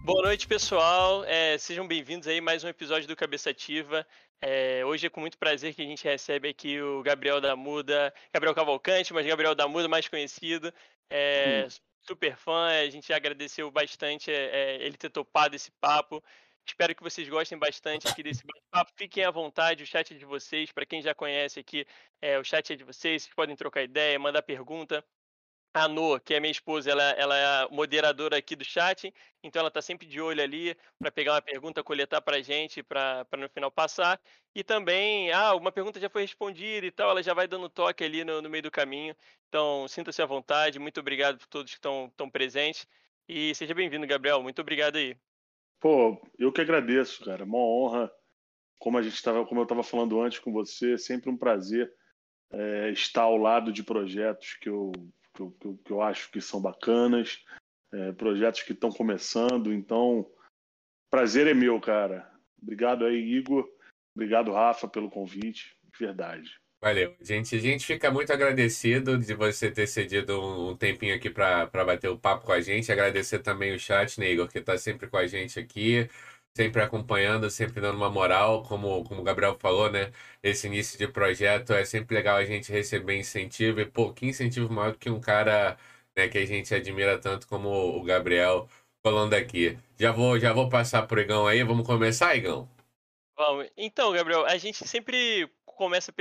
Boa noite, pessoal. Sejam bem-vindos aí a mais um episódio do Cabeça Ativa. Hoje é com muito prazer que a gente recebe aqui o Gabriel da Muda, Gabriel Cavalcante, mas Gabriel da Muda, mais conhecido. É, Hum. super fã, a gente agradeceu bastante ele ter topado esse papo. Espero que vocês gostem bastante aqui desse bate-papo. Fiquem à vontade, o chat é de vocês. Para quem já conhece aqui, o chat é de vocês. Vocês podem trocar ideia, mandar pergunta. A Noa, que é minha esposa, ela é a moderadora aqui do chat, então ela tá sempre de olho ali para pegar uma pergunta, coletar pra gente, para no final passar. E também, uma pergunta já foi respondida e tal, ela já vai dando toque ali no meio do caminho. Então, sinta-se à vontade. Muito obrigado por todos que estão presentes. E seja bem-vindo, Gabriel. Muito obrigado aí. Pô, eu que agradeço, cara. Uma honra. Como eu estava falando antes com você, é sempre um prazer estar ao lado de projetos que eu acho que são bacanas, projetos que estão começando. Então, prazer é meu, cara. Obrigado aí, Igor. Obrigado, Rafa, pelo convite. De verdade. Valeu, gente. A gente fica muito agradecido de você ter cedido um tempinho aqui para bater o papo com a gente. Agradecer também o chat, né, Igor, que está sempre com a gente aqui, sempre acompanhando, sempre dando uma moral. Como o Gabriel falou, né? Esse início de projeto é sempre legal a gente receber incentivo. E, pô, que incentivo maior do que um cara, né, que a gente admira tanto como o Gabriel falando aqui. Já vou passar pro Igão aí. Vamos começar, Igão? Vamos. Então, Gabriel, a gente sempre começa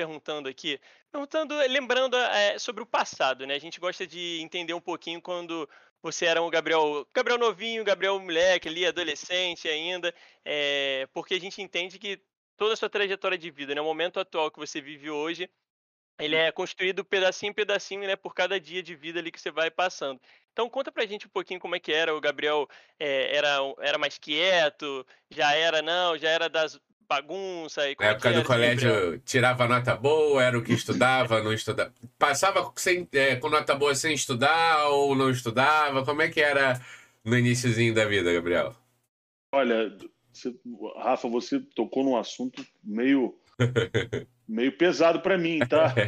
lembrando sobre o passado, né? A gente gosta de entender um pouquinho quando você era um Gabriel novinho, Gabriel moleque ali, adolescente ainda, porque a gente entende que toda a sua trajetória de vida, né, o momento atual que você vive hoje, ele é construído pedacinho em pedacinho, né, por cada dia de vida ali que você vai passando. Então conta pra gente um pouquinho como é que era o Gabriel, era mais quieto, já era das bagunça, e Na como é que época do era esse Gabriel? colégio, tirava nota boa, era o que estudava, não estudava. Passava com nota boa sem estudar ou não estudava? Como é que era no iniciozinho da vida, Gabriel? Olha, Rafa, você tocou num assunto meio pesado para mim, tá?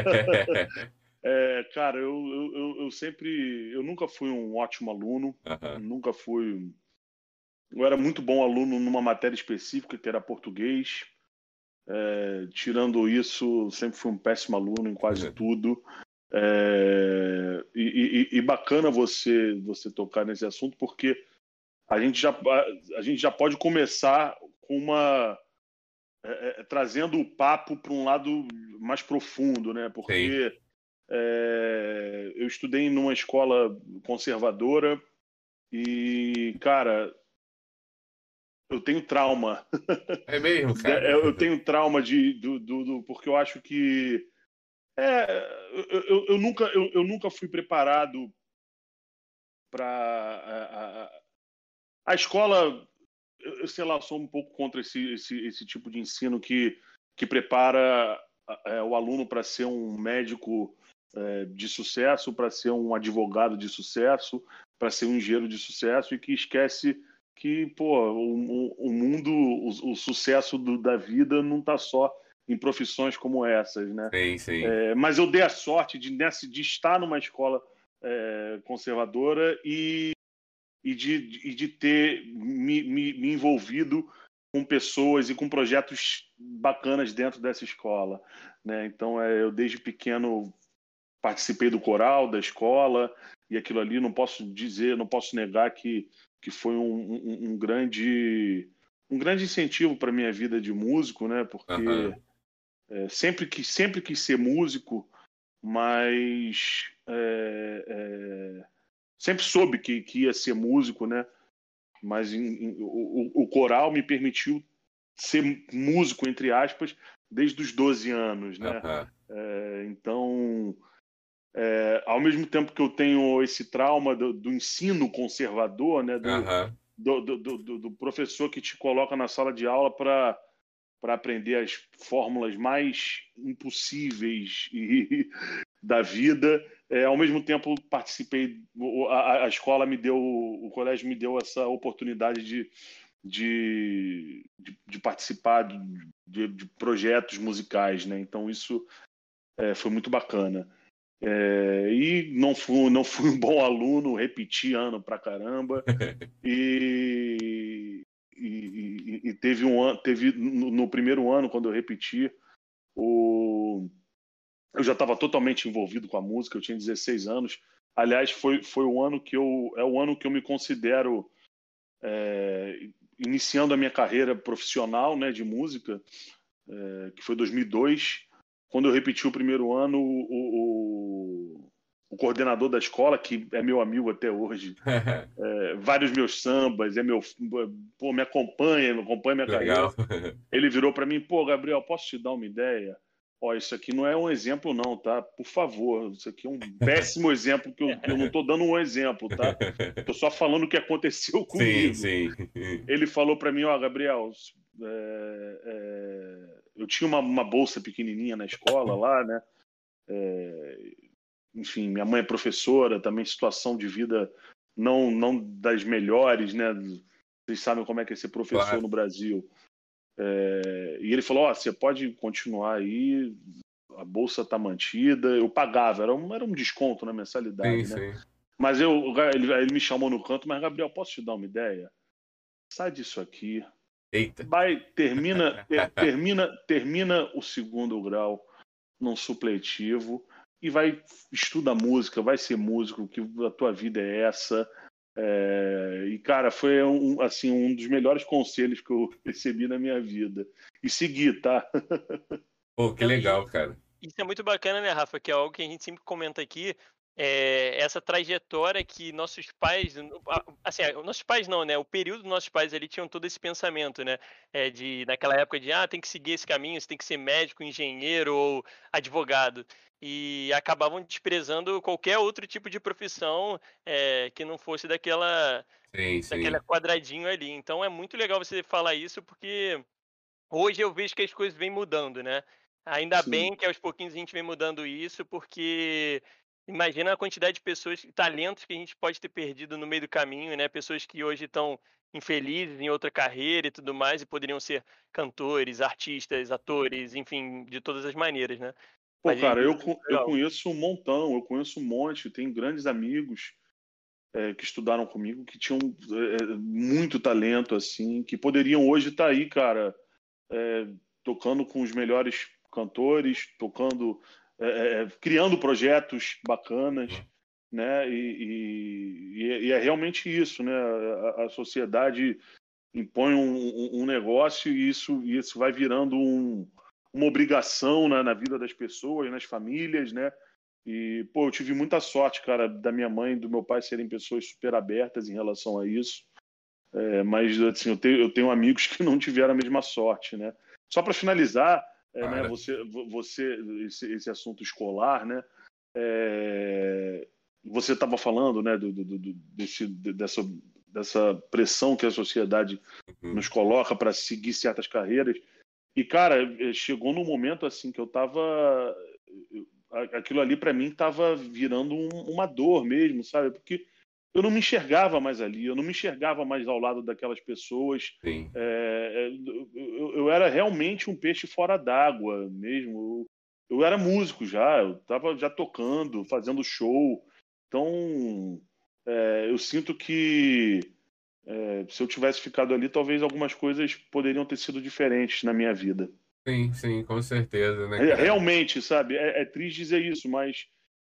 Cara, eu sempre, eu nunca fui um ótimo aluno, Aham. nunca fui. Eu era muito bom aluno numa matéria específica, que era português. Tirando isso, sempre fui um péssimo aluno em quase tudo. E bacana você tocar nesse assunto, porque a gente já pode começar com trazendo o papo para um lado mais profundo, né? Sim. Porque eu estudei numa escola conservadora e, cara, eu tenho trauma. É mesmo, cara. Eu tenho trauma porque eu acho que eu nunca fui preparado para a escola. Eu sei lá, sou um pouco contra esse tipo de ensino que prepara o aluno para ser um médico de sucesso, para ser um advogado de sucesso, para ser um engenheiro de sucesso e que esquece que, pô, o mundo, o sucesso da vida não está só em profissões como essas, né? Sim, sim. Mas eu dei a sorte de estar numa escola conservadora e de ter me envolvido com pessoas e com projetos bacanas dentro dessa escola, né? Então, eu desde pequeno participei do coral da escola e aquilo ali não posso dizer, não posso negar que foi um grande incentivo para minha vida de músico, né? Porque Aham. sempre quis ser músico, mas sempre soube que ia ser músico, né? Mas o coral me permitiu ser músico, entre aspas, desde os 12 anos, né? Aham. Então, ao mesmo tempo que eu tenho esse trauma do ensino conservador, né? Aham. Do professor que te coloca na sala de aula para aprender as fórmulas mais impossíveis da vida. Ao mesmo tempo, participei, a escola me deu, o colégio me deu essa oportunidade de participar de projetos musicais, né? Então, isso foi muito bacana. E não fui um bom aluno, repeti ano pra caramba. E teve no primeiro ano, quando eu repeti, eu já estava totalmente envolvido com a música, eu tinha 16 anos. Aliás, foi o ano é o ano que eu me considero iniciando a minha carreira profissional, né, de música, que foi 2002. Quando eu repeti o primeiro ano, o coordenador da escola, que é meu amigo até hoje, vários meus sambas, me acompanha minha carreira. Legal. Ele virou para mim, pô, Gabriel, posso te dar uma ideia? Ó, isso aqui não é um exemplo não, tá? Por favor, isso aqui é um péssimo exemplo, que eu não tô dando um exemplo, tá? Tô só falando o que aconteceu Sim, comigo. sim. Ele falou para mim, ó, Gabriel, eu tinha uma bolsa pequenininha na escola lá, né? Enfim, minha mãe é professora, também situação de vida não das melhores, né? Vocês sabem como é que é ser professor Claro. no Brasil. E ele falou, ó, você pode continuar aí, a bolsa tá mantida. Eu pagava, era um desconto na mensalidade, Sim, né? sim. Mas ele me chamou no canto, mas Gabriel, posso te dar uma ideia? Sai disso aqui, Eita. termina o segundo grau num supletivo e estuda música, vai ser músico, que a tua vida é essa. E, cara, foi assim, um dos melhores conselhos que eu recebi na minha vida. E segui, tá? Pô, que Não, e legal, cara. isso é muito bacana, né, Rafa? Que é algo que a gente sempre comenta aqui. Essa trajetória que nossos pais, assim, nossos pais não, né? O período dos nossos pais ali tinham todo esse pensamento, né? Naquela época de, tem que seguir esse caminho, você tem que ser médico, engenheiro ou advogado. E acabavam desprezando qualquer outro tipo de profissão que não fosse Sim, daquele sim. quadradinho ali. Então é muito legal você falar isso, porque hoje eu vejo que as coisas vêm mudando, né. Ainda Sim, bem que aos pouquinhos a gente vem mudando isso, porque imagina a quantidade de pessoas, talentos que a gente pode ter perdido no meio do caminho, né, pessoas que hoje estão infelizes em outra carreira e tudo mais, e poderiam ser cantores, artistas, atores, enfim, de todas as maneiras, né. pô, Mas isso cara, é eu, muito eu legal. conheço um montão, eu conheço um monte, tenho grandes amigos que estudaram comigo que tinham muito talento, assim, que poderiam hoje estar aí, cara, tocando com os melhores cantores, criando projetos bacanas, né? E é realmente isso, né? A sociedade impõe um negócio e isso vai virando uma obrigação na vida das pessoas, nas famílias, né? E, pô, eu tive muita sorte, cara, da minha mãe e do meu pai serem pessoas super abertas em relação a isso. Mas, assim, eu tenho amigos que não tiveram a mesma sorte, né? Só para finalizar, né, Cara. esse assunto escolar, né? Você estava falando, né, dessa pressão que a sociedade Uhum. nos coloca para seguir certas carreiras. E, cara, chegou num momento assim que eu tava. Aquilo ali para mim tava virando uma dor mesmo, sabe? Porque eu não me enxergava mais ali, eu não me enxergava mais ao lado daquelas pessoas. Sim. Eu era realmente um peixe fora d'água mesmo. Eu era músico já, eu estava já tocando, fazendo show. Então, eu sinto que se eu tivesse ficado ali, talvez algumas coisas poderiam ter sido diferentes na minha vida. Sim, sim, com certeza, né, cara? Realmente, sabe? É triste dizer isso, mas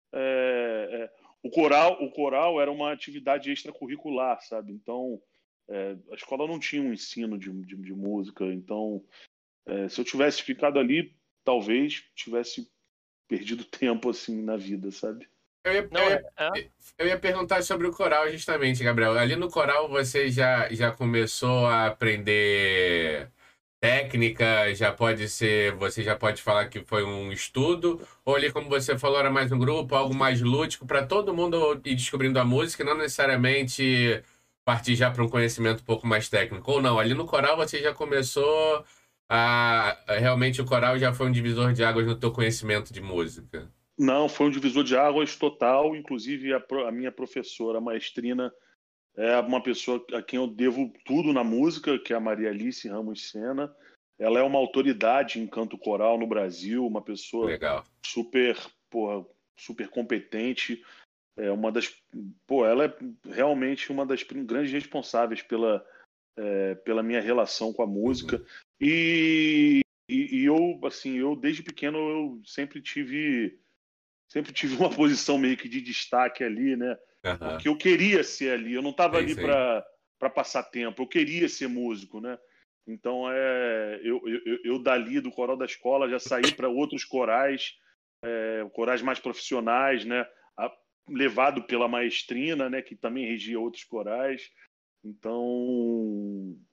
o coral era uma atividade extracurricular, sabe? Então, a escola não tinha um ensino de música. Então, se eu tivesse ficado ali, talvez tivesse perdido tempo assim na vida, sabe? Eu ia, eu Não, ia, eu ia perguntar sobre o coral justamente, Gabriel. Ali no coral você já começou a aprender técnica, já pode ser, você já pode falar que foi um estudo, ou ali, como você falou, era mais um grupo, algo mais lúdico, para todo mundo ir descobrindo a música, e não necessariamente partir já para um conhecimento um pouco mais técnico. Ou não, ali no coral você já começou realmente o coral já foi um divisor de águas no teu conhecimento de música. Não, foi um divisor de águas total. Inclusive, a minha professora, a maestrina, é uma pessoa a quem eu devo tudo na música, que é a Maria Alice Ramos Sena. Ela é uma autoridade em canto coral no Brasil, uma pessoa Legal. super, porra, super competente. Ela é realmente uma das grandes responsáveis pela minha relação com a música. E eu, assim, desde pequeno eu sempre tive uma posição meio que de destaque ali, né? Porque eu queria ser ali, eu não estava ali para passar tempo, eu queria ser músico, né? Então, eu dali do coral da escola já saí para outros corais, corais mais profissionais, né? Levado pela maestrina, né? Que também regia outros corais. Então,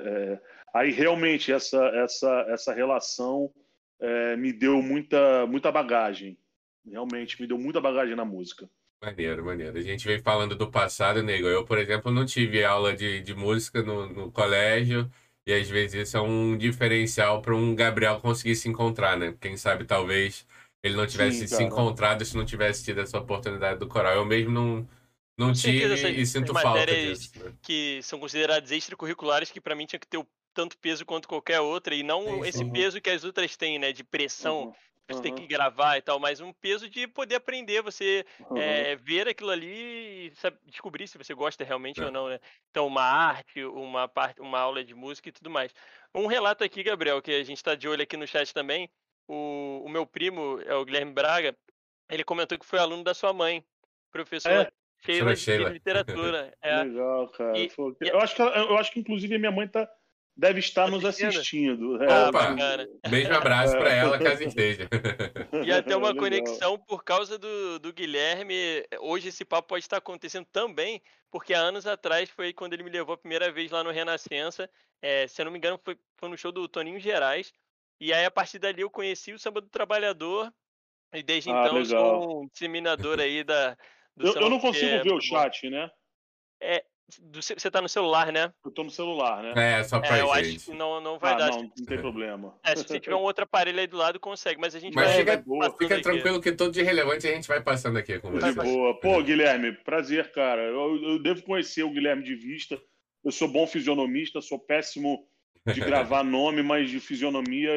aí realmente essa relação me deu muita bagagem. Realmente me deu muita bagagem na música. Maneiro, maneiro. A gente vem falando do passado, nego. Eu, por exemplo, não tive aula de música no colégio, e às vezes isso é um diferencial para um Gabriel conseguir se encontrar, né? Quem sabe talvez ele não tivesse Sim, se cara. encontrado se não tivesse tido essa oportunidade do coral. Eu mesmo não Com tive certeza, e essas sinto falta matérias disso, né? que são consideradas extracurriculares, que para mim tinha que ter tanto peso quanto qualquer outra, e não Sim, esse sim. peso que as outras têm, né, de pressão, Uhum. você tem que Uhum. gravar e tal, mas um peso de poder aprender, você Uhum. ver aquilo ali e descobrir se você gosta realmente ou É. não, né? Então, uma arte, uma aula de música e tudo mais. Um relato aqui, Gabriel, que a gente está de olho aqui no chat também, o meu primo, é o Guilherme Braga, ele comentou que foi aluno da sua mãe, professora É, Sheila Professora de Sheila. literatura. legal, cara. E, Pô, e eu acho que inclusive a minha mãe deve estar nos assistindo? assistindo. Opa! Bacana. Beijo e abraço para ela, caso esteja. E até uma Legal. conexão por causa do Guilherme. Hoje esse papo pode estar acontecendo também, porque há anos atrás foi quando ele me levou a primeira vez lá no Renascença. Se eu não me engano, foi no show do Toninho Gerais. E aí, a partir dali, eu conheci o Samba do Trabalhador. E desde Ah, então, eu legal. sou um disseminador aí do Eu samba, não porque consigo é ver o muito bom. chat, né? É, você tá no celular, né? Eu tô no celular, né? É, só pra Eu acho que gente. não vai Ah, dar. não tem problema. Se você tiver um outro aparelho aí do lado, consegue, mas a gente Mas vai Não, de boa. passando fica aqui. tranquilo que tudo de relevante a gente vai passando aqui com Vai De você. passando. boa. Pô, Guilherme, prazer, cara. Eu devo conhecer o Guilherme de vista. Eu sou bom fisionomista, sou péssimo de gravar nome, mas de fisionomia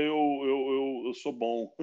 eu sou bom.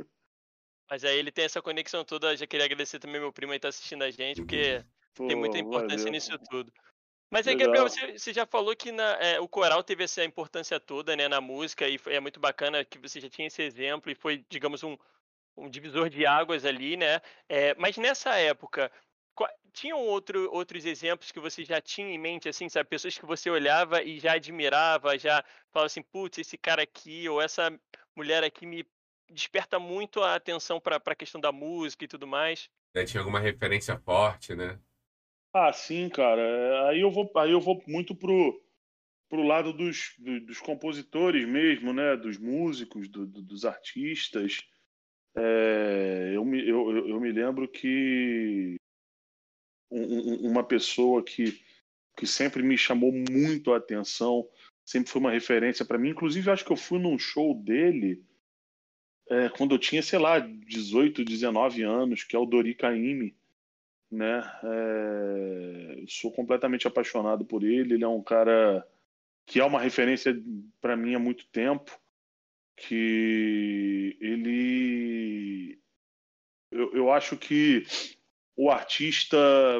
Mas aí ele tem essa conexão toda. Já queria agradecer também meu primo aí tá assistindo a gente, porque tem muita Pô, importância valeu. nisso tudo. Mas aí, Gabriel, Legal. você já falou que o coral teve essa importância toda, né, na música, e é muito bacana que você já tinha esse exemplo e foi, digamos, um divisor de águas ali, né? Mas nessa época, tinham outros exemplos que você já tinha em mente, assim, sabe? Pessoas que você olhava e já admirava, já falava assim, putz, esse cara aqui ou essa mulher aqui me desperta muito a atenção para a questão da música e tudo mais. Já tinha alguma referência forte, né? Ah, sim, cara. Aí eu vou muito pro lado dos compositores mesmo, né? Dos músicos, dos artistas. Eu me lembro que uma pessoa que sempre me chamou muito a atenção, sempre foi uma referência para mim. Inclusive, eu acho que eu fui num show dele quando eu tinha, sei lá, 18, 19 anos, que é o Dori Caymmi, né? Eu sou completamente apaixonado por ele. Ele é um cara que é uma referência para mim há muito tempo, que eu acho que o artista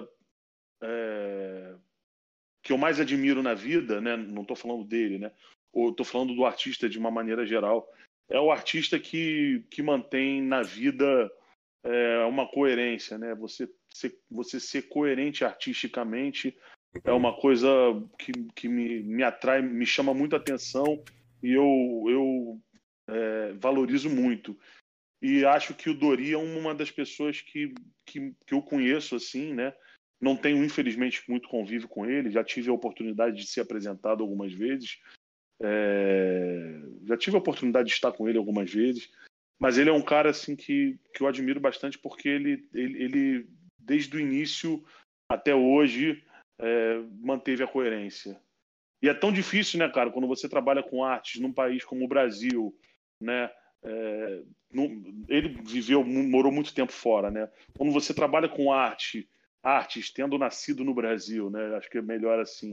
que eu mais admiro na vida, né? Não estou falando dele, né? Estou falando do artista de uma maneira geral. É o artista que mantém na vida uma coerência, né? Você ser coerente artisticamente é uma coisa que me atrai, me chama muita atenção e eu valorizo muito. E acho que o Dori é uma das pessoas que eu conheço assim, né? Não tenho, infelizmente, muito convívio com ele. Já tive a oportunidade de ser apresentado algumas vezes. Já tive a oportunidade de estar com ele algumas vezes. Mas ele é um cara assim que eu admiro bastante porque ele desde o início até hoje, manteve a coerência. E é tão difícil, né, cara, quando você trabalha com artes num país como o Brasil, né? Ele morou muito tempo fora, né? Quando você trabalha com artes, tendo nascido no Brasil, né? Acho que é melhor assim.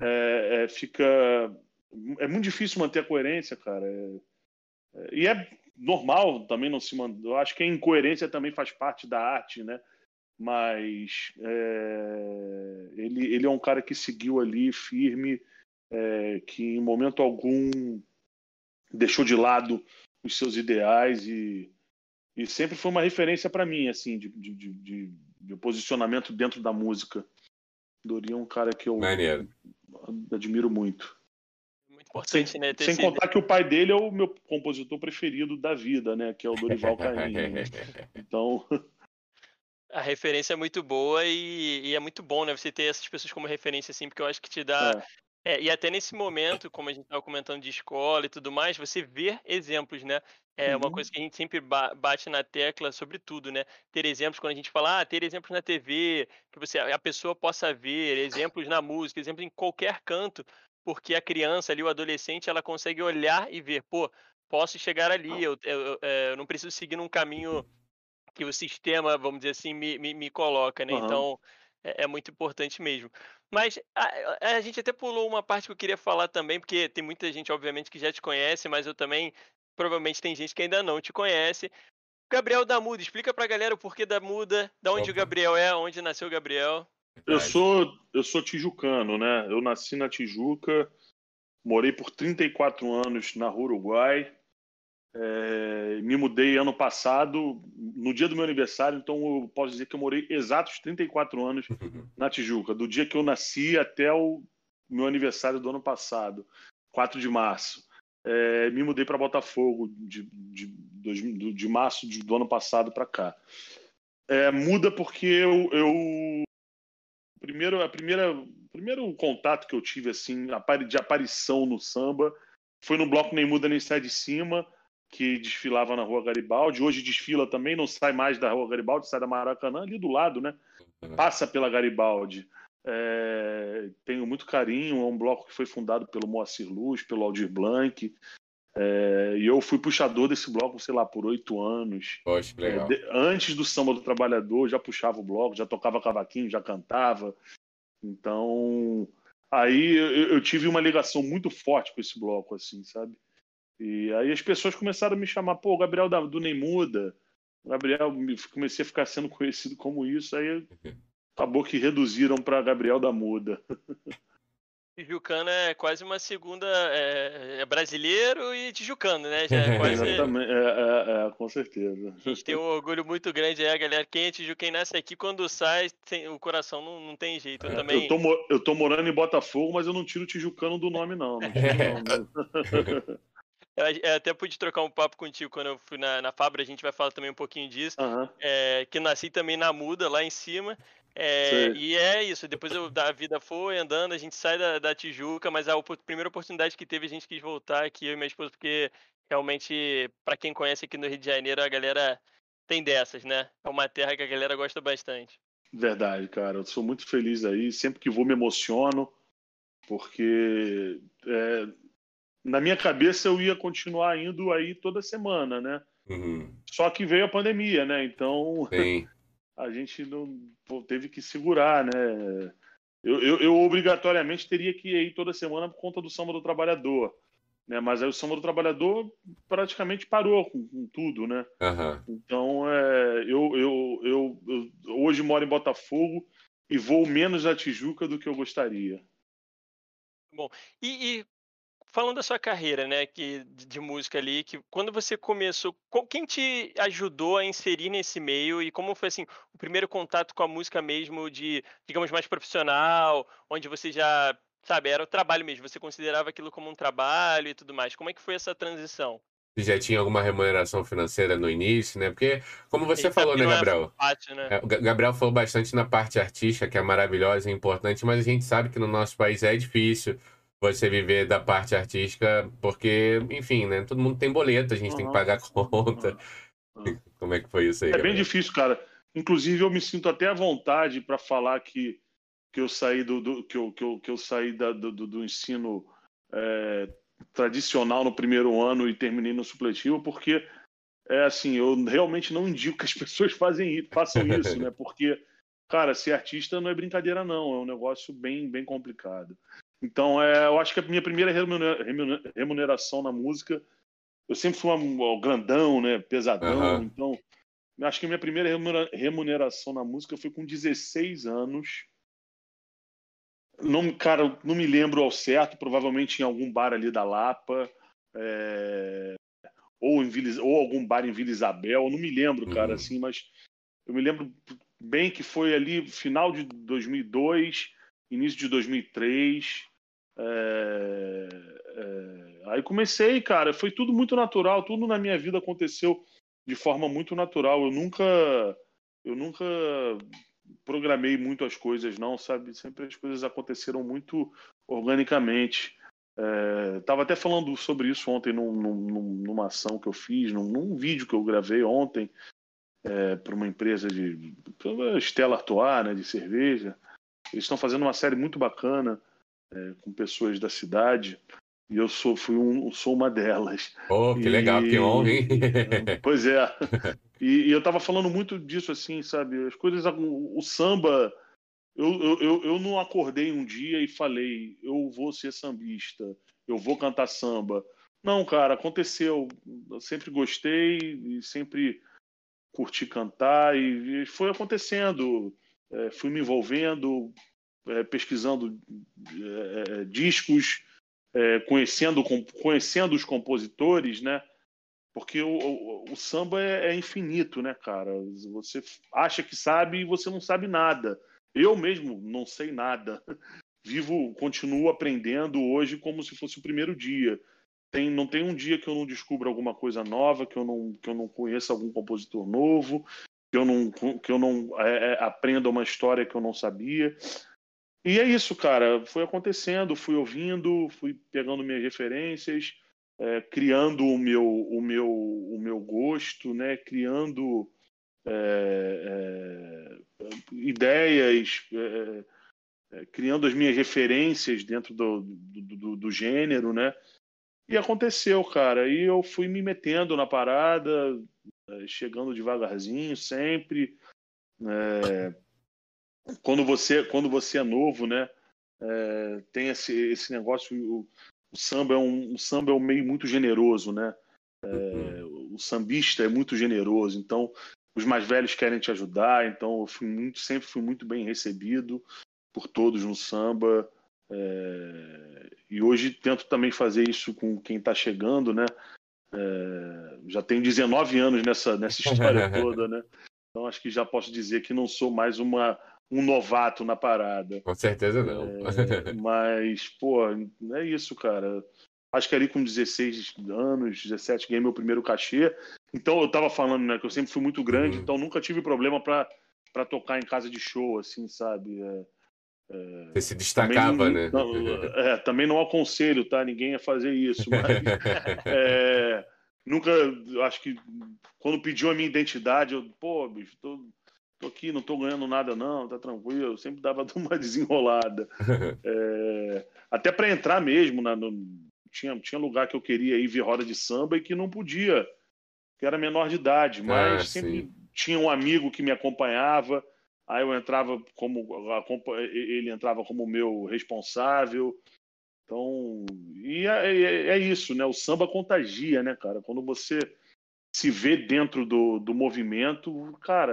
É muito difícil manter a coerência, cara. E normal, também não se mandou. Eu acho que a incoerência também faz parte da arte, né? Mas ele é um cara que seguiu ali firme, que em momento algum deixou de lado os seus ideais e sempre foi uma referência para mim, assim, de posicionamento dentro da música. Dori é um cara que eu Maneiro. admiro muito. Muito importante, né? Sem contar que o pai dele é o meu compositor preferido da vida, né? Que é o Dorival Caymmi, né? Então... A referência é muito boa e é muito bom, né? Você ter essas pessoas como referência, assim, porque eu acho que te dá. E até nesse momento, como a gente estava comentando de escola e tudo mais, você vê exemplos, né? É uma coisa que a gente sempre bate na tecla sobre tudo, né? Ter exemplos, quando a gente fala, ter exemplos na TV, que a pessoa possa ver, exemplos na música, exemplos em qualquer canto, porque a criança ali, o adolescente, ela consegue olhar e ver, pô, posso chegar ali, eu não preciso seguir num caminho que o sistema, vamos dizer assim, me coloca, né? Então, é muito importante mesmo. Mas a gente até pulou uma parte que eu queria falar também, porque tem muita gente, obviamente, que já te conhece, mas eu também, provavelmente tem gente que ainda não te conhece. Gabriel da Muda, explica pra galera o porquê da Muda, da onde o Opa, Gabriel é, onde nasceu o Gabriel. Eu verdade. sou tijucano, né? Eu nasci na Tijuca, morei por 34 anos na Rua Uruguai. Me mudei ano passado, no dia do meu aniversário, então eu posso dizer que eu morei exatos 34 anos na Tijuca, do dia que eu nasci até o meu aniversário do ano passado, 4 de março. Me mudei para Botafogo de março do ano passado para cá. Muda porque o primeiro contato que eu tive assim, de aparição no samba foi no bloco Nem Muda Nem Sai de Cima, que desfilava na Rua Garibaldi. Hoje desfila também, não sai mais da Rua Garibaldi, sai da Maracanã, ali do lado, né? Passa pela Garibaldi. Tenho muito carinho, é um bloco que foi fundado pelo Moacir Luz, pelo Aldir Blanc, e eu fui puxador desse bloco, sei lá, por 8 anos. Poxa, que legal. Antes do Samba do Trabalhador, já puxava o bloco, já tocava cavaquinho, já cantava. Então, aí eu tive uma ligação muito forte com esse bloco, assim, sabe? E aí as pessoas começaram a me chamar, pô, o Gabriel do Nem Muda. O Gabriel, comecei a ficar sendo conhecido como isso, aí acabou que reduziram para Gabriel da Muda. Tijucano é quase uma segunda. É brasileiro e tijucano, né? Já é quase. Exatamente, com certeza. A gente tem um orgulho muito grande aí, galera. Quem nasce aqui, quando sai, o coração não tem jeito. Eu também. Eu tô morando em Botafogo, mas eu não tiro o tijucano do nome, não. Não tiro, não. Eu até pude trocar um papo contigo quando eu fui na Fabra, a gente vai falar também um pouquinho disso. Que nasci também na Muda, lá em cima. E é isso, depois a vida foi andando, a gente sai da Tijuca, mas a primeira oportunidade que teve, a gente quis voltar aqui, eu e minha esposa, porque realmente, para quem conhece aqui no Rio de Janeiro, a galera tem dessas, né? É uma terra que a galera gosta bastante. Verdade, cara. Eu sou muito feliz aí. Sempre que vou me emociono, porque na minha cabeça eu ia continuar indo aí toda semana, né? Só que veio a pandemia, né? Então Sim. a gente não teve que segurar, né? Eu obrigatoriamente teria que ir toda semana por conta do Samba do Trabalhador, né? Mas aí o Samba do Trabalhador praticamente parou com tudo, né? Então eu hoje moro em Botafogo e vou menos à Tijuca do que eu gostaria. Bom, e falando da sua carreira, né, de música ali, que quando você começou, quem te ajudou a inserir nesse meio e como foi assim o primeiro contato com a música mesmo, de, digamos, mais profissional, onde você já, sabe, era o trabalho mesmo, você considerava aquilo como um trabalho e tudo mais. Como é que foi essa transição? Você já tinha alguma remuneração financeira no início, né? Porque, como A você gente sabe falou, que né, não é Gabriel? fácil, né? O Gabriel falou bastante na parte artística, que é maravilhosa e importante, mas a gente sabe que no nosso país é difícil você viver da parte artística, porque, enfim, né? Todo mundo tem boleto, a gente tem que pagar conta. Como é que foi isso aí, É bem Gabriel? difícil, cara. Inclusive, eu me sinto até à vontade para falar que eu saí que eu saí do ensino tradicional no primeiro ano e terminei no supletivo, porque assim, eu realmente não indico que as pessoas façam isso, né? Porque, cara, ser artista não é brincadeira, não. É um negócio bem complicado. Então, eu acho que a minha primeira remuneração na música eu sempre fui um grandão, né? Pesadão. Aham. Então, acho que a minha primeira remuneração na música foi com 16 anos. Não, cara, não me lembro ao certo, provavelmente em algum bar ali da Lapa, é, ou algum bar em Vila Isabel, não me lembro, cara, Uhum. assim, mas eu me lembro bem que foi ali final de 2002, início de 2003. Aí comecei, cara, foi tudo muito natural, tudo na minha vida aconteceu de forma muito natural. Eu nunca programei muito as coisas, não, sabe? Sempre as coisas aconteceram muito organicamente. Tava até falando sobre isso ontem numa ação que eu fiz, num vídeo que eu gravei ontem para uma empresa pra Stella Artois, né, de cerveja. Eles estão fazendo uma série muito bacana com pessoas da cidade e eu sou uma delas. Oh, que legal, que honra, hein? E pois é. E eu tava falando muito disso assim, sabe? As coisas, o samba. Eu não acordei um dia e falei, eu vou ser sambista, eu vou cantar samba. Não, cara, aconteceu. Eu sempre gostei e sempre curti cantar e foi acontecendo. Fui me envolvendo, pesquisando discos, conhecendo os compositores, né? Porque o samba é infinito, né, cara? Você acha que sabe e você não sabe nada. Eu mesmo não sei nada. Continuo aprendendo hoje como se fosse o primeiro dia. Não tem um dia que eu não descubra alguma coisa nova, que eu não conheça algum compositor novo, que eu não aprenda uma história que eu não sabia. E é isso, cara. Foi acontecendo, fui ouvindo, fui pegando minhas referências, criando o meu gosto, né? Criando ideias, criando as minhas referências dentro do gênero, né? E aconteceu, cara. E eu fui me metendo na parada, chegando devagarzinho, sempre. Quando você é novo, né? Tem esse negócio. O samba é um meio muito generoso, né? Uhum. O sambista é muito generoso, então os mais velhos querem te ajudar, então sempre fui muito bem recebido por todos no samba. E hoje tento também fazer isso com quem está chegando, né? Já tenho 19 anos nessa história toda, né? Então acho que já posso dizer que não sou mais um novato na parada. Com certeza não. Mas, pô, é isso, cara. Acho que ali com 16 anos, 17, ganhei meu primeiro cachê. Então eu tava falando, né, que eu sempre fui muito grande, Uhum. então nunca tive problema para tocar em casa de show, assim, sabe? Você se Também destacava, né? também não aconselho, tá? Ninguém a fazer isso, mas é, nunca, acho que quando pediu a minha identidade, pô, bicho, tô aqui, não tô ganhando nada não, tá tranquilo. Eu sempre dava uma desenrolada. Até para entrar mesmo, tinha lugar que eu queria ir ver roda de samba e que não podia, que era menor de idade, Ah, mas sim. sempre tinha um amigo que me acompanhava, aí eu entrava ele entrava como meu responsável. Então, e é isso, né? O samba contagia, né, cara? Quando você se vê dentro do movimento, cara,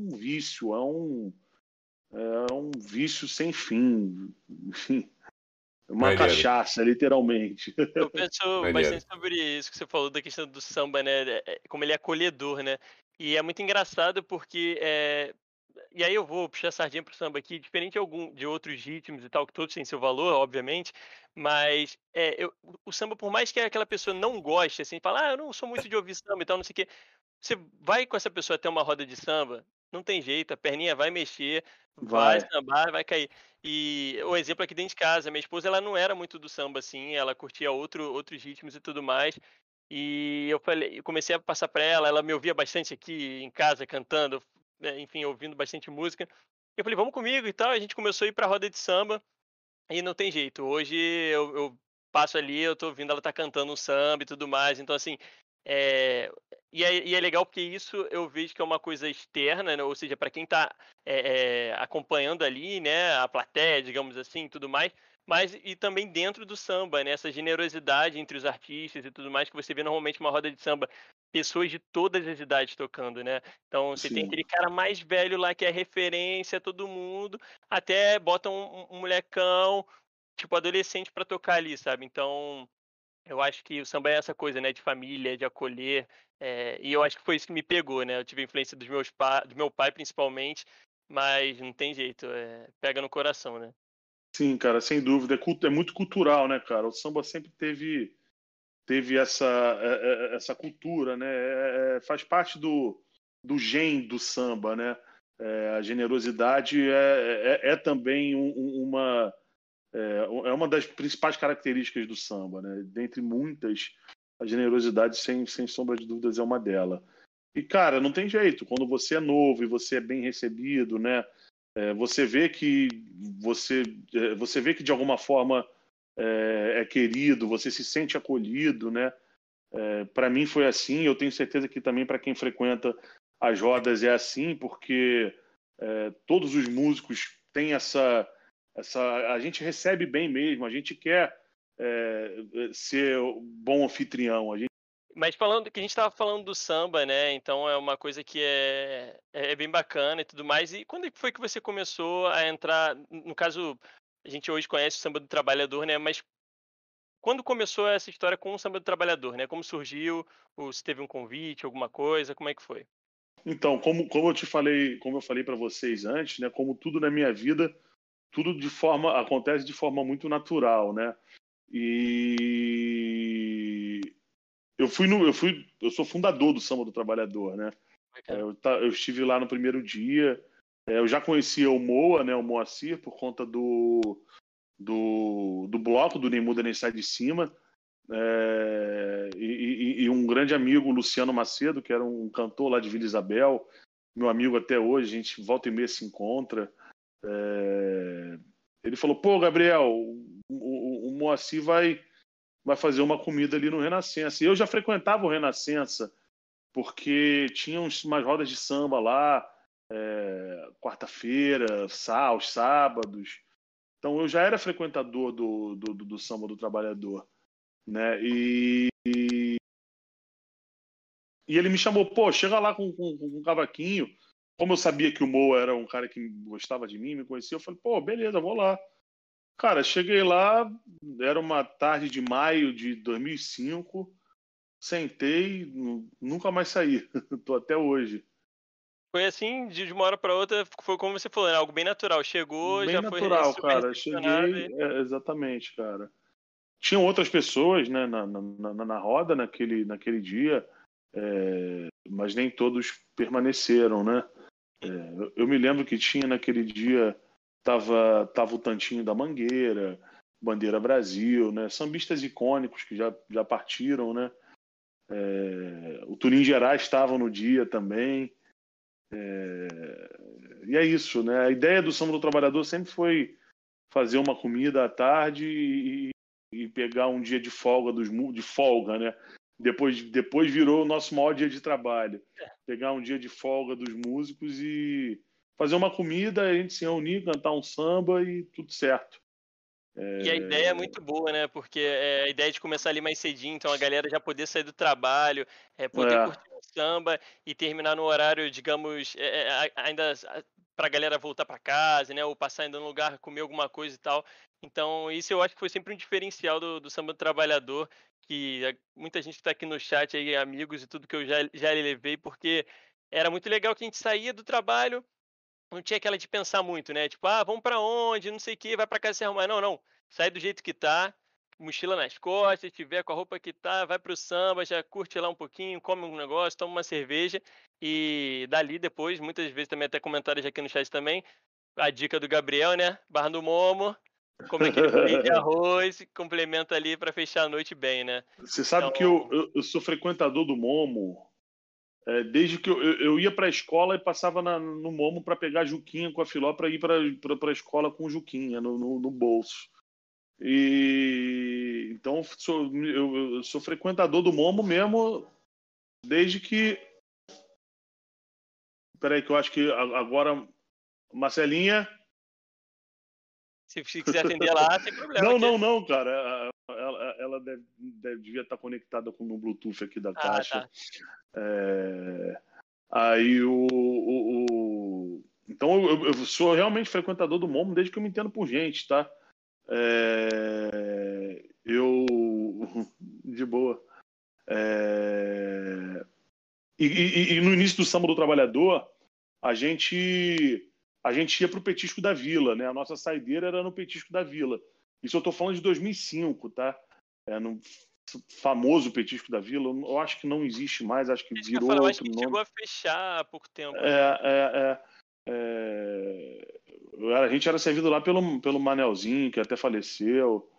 é um vício sem fim. Enfim, é uma Maneiro, cachaça, literalmente. Eu penso maneiro. bastante sobre isso que você falou da questão do samba, né, como ele é acolhedor, né. E é muito engraçado porque, e aí eu vou puxar a sardinha para o samba aqui, diferente de outros ritmos e tal, que todos têm seu valor, obviamente, mas, o samba, por mais que aquela pessoa não goste, assim, fala: "Ah, eu não sou muito de ouvir samba e tal, não sei o quê", você vai com essa pessoa até uma roda de samba, não tem jeito, a perninha vai mexer, vai Vai. sambar, vai cair. E o exemplo aqui dentro de casa, minha esposa, ela não era muito do samba, assim, ela curtia outros ritmos e tudo mais. E eu comecei a passar para ela me ouvia bastante aqui em casa cantando, enfim, ouvindo bastante música. Eu falei: "Vamos comigo e tal", a gente começou a ir pra roda de samba, e não tem jeito, hoje eu passo ali, eu tô ouvindo ela tá cantando um samba e tudo mais, então assim, eh, e é legal porque isso eu vejo que é uma coisa externa, né, ou seja, para quem tá, acompanhando ali, né, a plateia, digamos assim, e tudo mais, mas e também dentro do samba, né, essa generosidade entre os artistas e tudo mais, que você vê normalmente uma roda de samba, pessoas de todas as idades tocando, né. Então você tem Sim. aquele cara mais velho lá que é referência a todo mundo, até bota um molecão, tipo adolescente pra tocar ali, sabe. Então, eu acho que o samba é essa coisa, né, de família, de acolher, e eu acho que foi isso que me pegou, né. Eu tive a influência do meu pai principalmente, mas não tem jeito, pega no coração, né. Sim, cara, sem dúvida. É muito cultural, né, cara? O samba sempre teve essa cultura, né? Faz parte do gen do samba, né? A generosidade é também é uma das principais características do samba, né? Dentre muitas, a generosidade, sem sombra de dúvidas, é uma delas. E, cara, não tem jeito. Quando você é novo e você é bem recebido, né? Você vê que você vê que de alguma forma é querido, você se sente acolhido, né? Para mim foi assim. Eu tenho certeza que também para quem frequenta as rodas é assim, porque todos os músicos têm a gente recebe bem mesmo. A gente quer ser bom anfitrião. Mas falando que a gente estava falando do samba, né, então é uma coisa que é bem bacana e tudo mais. E quando é que foi que você começou a entrar no caso, a gente hoje conhece o samba do trabalhador, né, mas quando começou essa história com o samba do trabalhador, né, como surgiu, ou se teve um convite, alguma coisa, como é que foi? Então, como eu falei para vocês antes, né? Como tudo na minha vida, tudo acontece de forma muito natural, né? E eu sou fundador do Samba do Trabalhador, né? Bacana. Eu estive lá no primeiro dia. Eu já conhecia o Moa, né? O Moacir, por conta do bloco do Nem Muda Nem Sai de Cima. E um grande amigo, Luciano Macedo, que era um cantor lá de Vila Isabel, meu amigo até hoje, a gente volta e meia se encontra. Ele falou: pô, Gabriel, o Moacir vai fazer uma comida ali no Renascença. E eu já frequentava o Renascença, porque tinha umas rodas de samba lá, quarta-feira, aos sábados. Então eu já era frequentador do samba do trabalhador, né? E ele me chamou, pô, chega lá com um cavaquinho. Como eu sabia que o Mo era um cara que gostava de mim, me conhecia, eu falei, pô, beleza, vou lá. Cara, cheguei lá, era uma tarde de maio de 2005, sentei, nunca mais saí. Tô até hoje. Foi assim, de uma hora para outra, foi como você falou, né, algo bem natural, chegou, Bem já foi natural, super cara. recepcionado Cheguei, exatamente, cara. Tinham outras pessoas, né, na roda naquele dia, mas nem todos permaneceram, né? Eu me lembro que tinha naquele dia, tava o Tantinho da Mangueira, Bandeira Brasil, né? Sambistas icônicos que já partiram, né? O Turim Gerais estava no dia também. E é isso, né? A ideia do Samba do Trabalhador sempre foi fazer uma comida à tarde e pegar um dia de folga de folga, né? Depois virou o nosso maior dia de trabalho. Pegar um dia de folga dos músicos e fazer uma comida, a gente se reunir, cantar um samba e tudo certo. e a ideia é muito boa, né, porque, a ideia de começar ali mais cedinho, então a galera já poder sair do trabalho, poder É, curtir um samba e terminar no horário, digamos, ainda pra galera voltar pra casa, né, ou passar ainda num lugar, comer alguma coisa e tal. Então isso eu acho que foi sempre um diferencial do samba do trabalhador, que muita gente que tá aqui no chat aí, amigos e tudo que eu já levei, porque era muito legal que a gente saía do trabalho, não tinha aquela de pensar muito, né, tipo: "Ah, vamos pra onde? Não sei o quê, vai pra casa se arrumar". Não, não, sai do jeito que tá, mochila nas costas, tiver com a roupa que tá, vai para o samba, já curte lá um pouquinho, come um negócio, toma uma cerveja, e dali depois, muitas vezes também até comentários aqui no chat também, a dica do Gabriel, né, Bar do Momo, come aquele bolinho de arroz, complementa ali pra fechar a noite bem, né. Você sabe Então que eu sou frequentador do Momo. Desde que eu ia para a escola e passava no Momo para pegar Juquinha com a Filó para ir para a escola com Juquinha no bolso. E então eu sou frequentador do Momo mesmo desde que. Peraí, que eu acho que agora. Marcelinha. Se quiser atender lá, sem problema. Não, cara. Ela devia estar conectada com o Bluetooth aqui da caixa. Tá. Aí Então eu sou realmente frequentador do Momo desde que eu me entendo por gente, tá? De boa. E no início do Samba do Trabalhador, a gente ia pro Petisco da Vila, né? A nossa saideira era no Petisco da Vila. Isso eu tô falando de 2005, tá? No famoso Petisco da Vila. Eu acho que não existe mais, acho que virou outro acho que nome. chegou a fechar há pouco tempo. A gente era servido lá pelo Manelzinho, que até faleceu.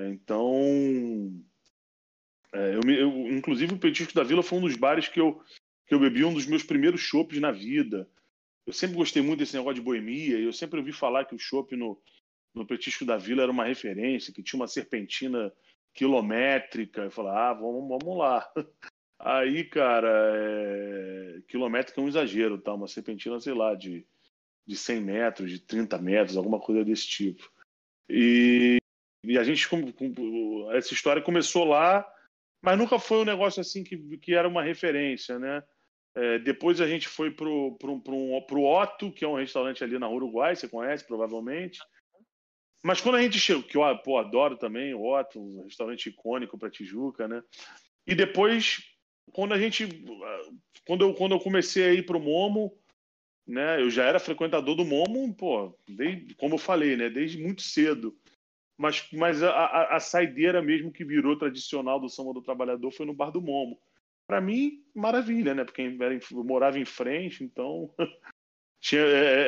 Inclusive o Petisco da Vila foi um dos bares que eu bebi um dos meus primeiros chopps na vida. Eu sempre gostei muito desse negócio de boemia, e eu sempre ouvi falar que o chopp no Petisco da Vila era uma referência, que tinha uma serpentina quilométrica. Eu falei, vamos lá. Aí, cara, quilométrica é um exagero, tá? Uma serpentina, sei lá, de 100 metros, de 30 metros, alguma coisa desse tipo. E a gente, essa história começou lá, mas nunca foi um negócio assim que era uma referência, né? Depois a gente foi pro Otto, que é um restaurante ali na Uruguai, você conhece provavelmente. Mas quando a gente chegou, que eu adoro também o Otto, um restaurante icônico para Tijuca, né? E depois, quando eu comecei a ir pro Momo, né? Eu já era frequentador do Momo, como eu falei, né? Desde muito cedo. Mas a saideira mesmo que virou tradicional do Samba do Trabalhador foi no Bar do Momo. Para mim, maravilha, né? Porque eu morava em frente, então tinha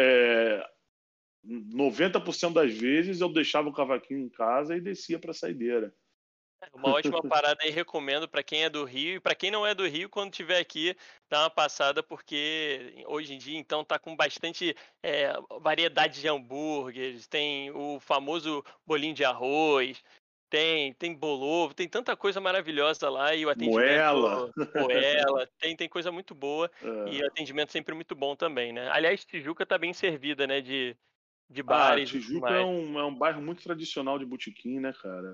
90% das vezes eu deixava o cavaquinho em casa e descia para a saideira. Uma ótima parada aí, recomendo para quem é do Rio e para quem não é do Rio, quando estiver aqui, dá uma passada, porque hoje em dia então tá com bastante variedade de hambúrgueres, tem o famoso bolinho de arroz, tem bolovo, tem tanta coisa maravilhosa lá, e o atendimento moela, tem coisa muito boa e o atendimento sempre muito bom também, né? Aliás, Tijuca tá bem servida, né, de bares e tudo Tijuca mais. é um bairro muito tradicional de botequim, né, cara?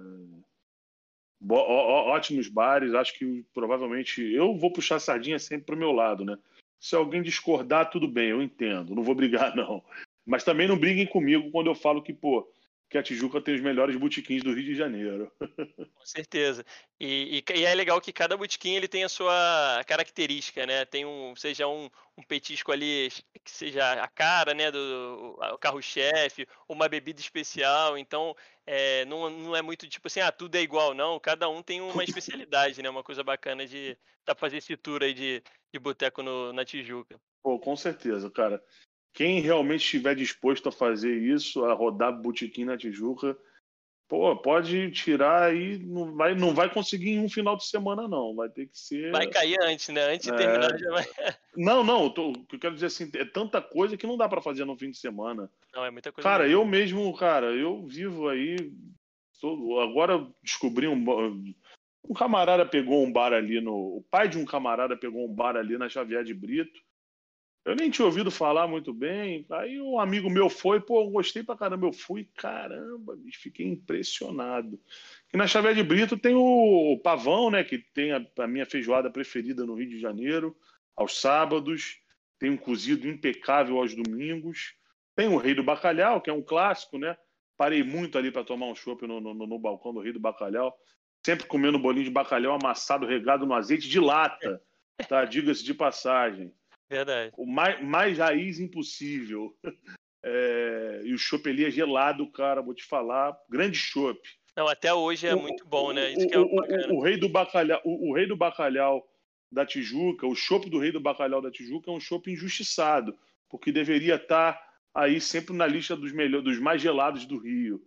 Ótimos bares, acho que provavelmente eu vou puxar a sardinha sempre pro meu lado, né? Se alguém discordar, tudo bem, eu entendo, não vou brigar não. Mas também não briguem comigo quando eu falo que a Tijuca tem os melhores botequins do Rio de Janeiro. Com certeza. E é legal que cada botequim ele tem a sua característica, né? Tem seja um petisco ali que seja a cara, né, o carro-chefe, uma bebida especial. Então, não é muito tipo assim, tudo é igual, não. Cada um tem uma especialidade, né? Uma coisa bacana de fazer esse tour aí de boteco na Tijuca. Pô, com certeza, cara. Quem realmente estiver disposto a fazer isso, a rodar botequim na Tijuca, pode tirar aí, não vai conseguir em um final de semana, não. Vai ter que ser. Vai cair antes, né? Antes de terminar já vai. Não, o que eu quero dizer assim, é tanta coisa que não dá para fazer no fim de semana. Não, é muita coisa Cara, mesmo. eu mesmo, eu vivo aí. Agora descobri um camarada pegou um bar ali o pai de um camarada pegou um bar ali na Xavier de Brito. Eu nem tinha ouvido falar muito bem. Aí um amigo meu foi, eu gostei pra caramba. Eu fui, caramba, bicho, fiquei impressionado. E na Xavier de Brito tem o Pavão, né? Que tem a minha feijoada preferida no Rio de Janeiro, aos sábados. Tem um cozido impecável aos domingos. Tem o Rei do Bacalhau, que é um clássico, né? Parei muito ali para tomar um chopp no balcão do Rei do Bacalhau. Sempre comendo bolinho de bacalhau amassado, regado no azeite de lata, tá? Diga-se de passagem. Verdade. O mais raiz impossível. E o chopp ali é gelado, cara, vou te falar. Grande chopp. Não, até hoje é muito bom, né? Isso que é bacana. O Rei do Bacalhau da Tijuca, o chopp do Rei do Bacalhau da Tijuca é um chopp injustiçado, porque deveria estar aí sempre na lista dos mais gelados do Rio.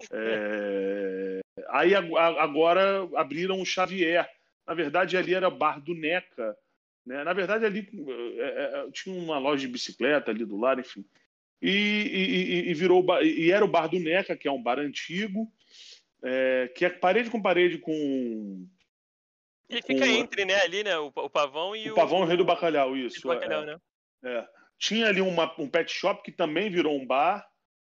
Aí agora abriram o Xavier. Na verdade, ali era Bar do Neca, né? Na verdade, ali tinha uma loja de bicicleta ali do lado, enfim. E virou e era o Bar do Neca, que é um bar antigo, que é parede com parede com. Ele fica entre, né, ali, né, o Pavão e o Pavão e o Rei do Bacalhau, isso. Bacalhau, né? Tinha ali um pet shop que também virou um bar,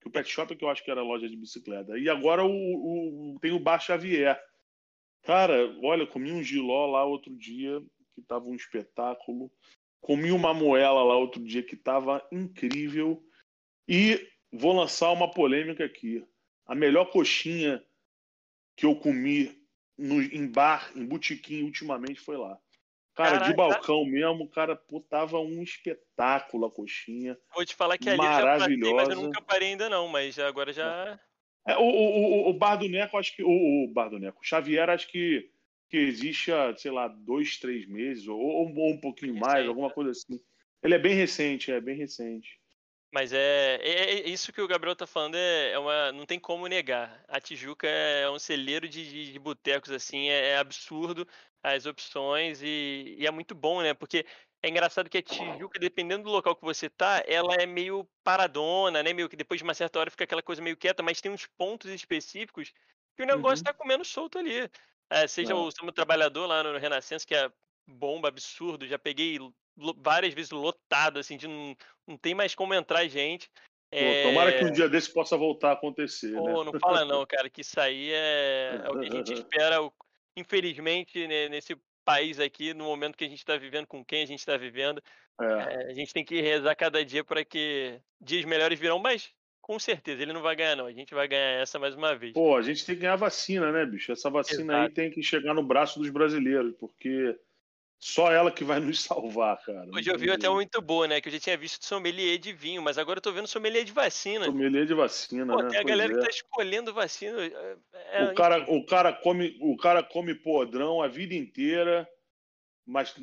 Que o Pet Shop é que eu acho que era loja de bicicleta. E agora tem o Bar Xavier. Cara, olha, comi um jiló lá outro dia, que tava um espetáculo. Comi uma moela lá outro dia, que tava incrível. E vou lançar uma polêmica aqui. A melhor coxinha que eu comi em bar, em botequim, ultimamente foi lá. Cara, de Caraca, balcão mesmo, cara, pô, tava um espetáculo a coxinha. vou te falar que ali eu já passei, mas eu Maravilhosa. nunca parei ainda não, mas agora já... O Bar do Neco, acho que. O Bar do Neco. O Xavier, acho que existe há, sei lá, 2, 3 meses, ou um pouquinho mais, Recente, alguma né? coisa assim. Ele é bem recente, é bem recente. Mas é isso que o Gabriel tá falando, não tem como negar. A Tijuca é um celeiro de botecos, assim, é absurdo as opções e é muito bom, né? Porque é engraçado que a Tijuca, dependendo do local que você tá, ela é meio paradona, né? Meio que depois de uma certa hora fica aquela coisa meio quieta, mas tem uns pontos específicos que o negócio Uhum. tá comendo solto ali. É, seja É. o Samba Trabalhador lá no Renascença, que é bomba, absurdo, já peguei várias vezes lotado, assim, de não tem mais como entrar gente. Pô, tomara É... que um dia desse possa voltar a acontecer, né? Pô, não fala não, cara, que isso aí é o que a gente espera, infelizmente, nesse país aqui, no momento que a gente está vivendo, com quem a gente está vivendo, É. a gente tem que rezar cada dia para que dias melhores virão, mas com certeza ele não vai ganhar não, a gente vai ganhar essa mais uma vez. Pô, a gente tem que ganhar vacina, né, bicho? Essa vacina aí Exato. tem que chegar no braço dos brasileiros, porque só ela que vai nos salvar, cara. Não Hoje eu tem vi até uma jeito. muito boa, né, que eu já tinha visto sommelier de vinho, mas agora eu tô vendo sommelier de vacina. Sommelier de vacina, Pô, né? tem a Pois galera que tá é. escolhendo vacina, O cara, enfim. o cara come podrão a vida inteira, mas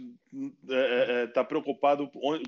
tá preocupado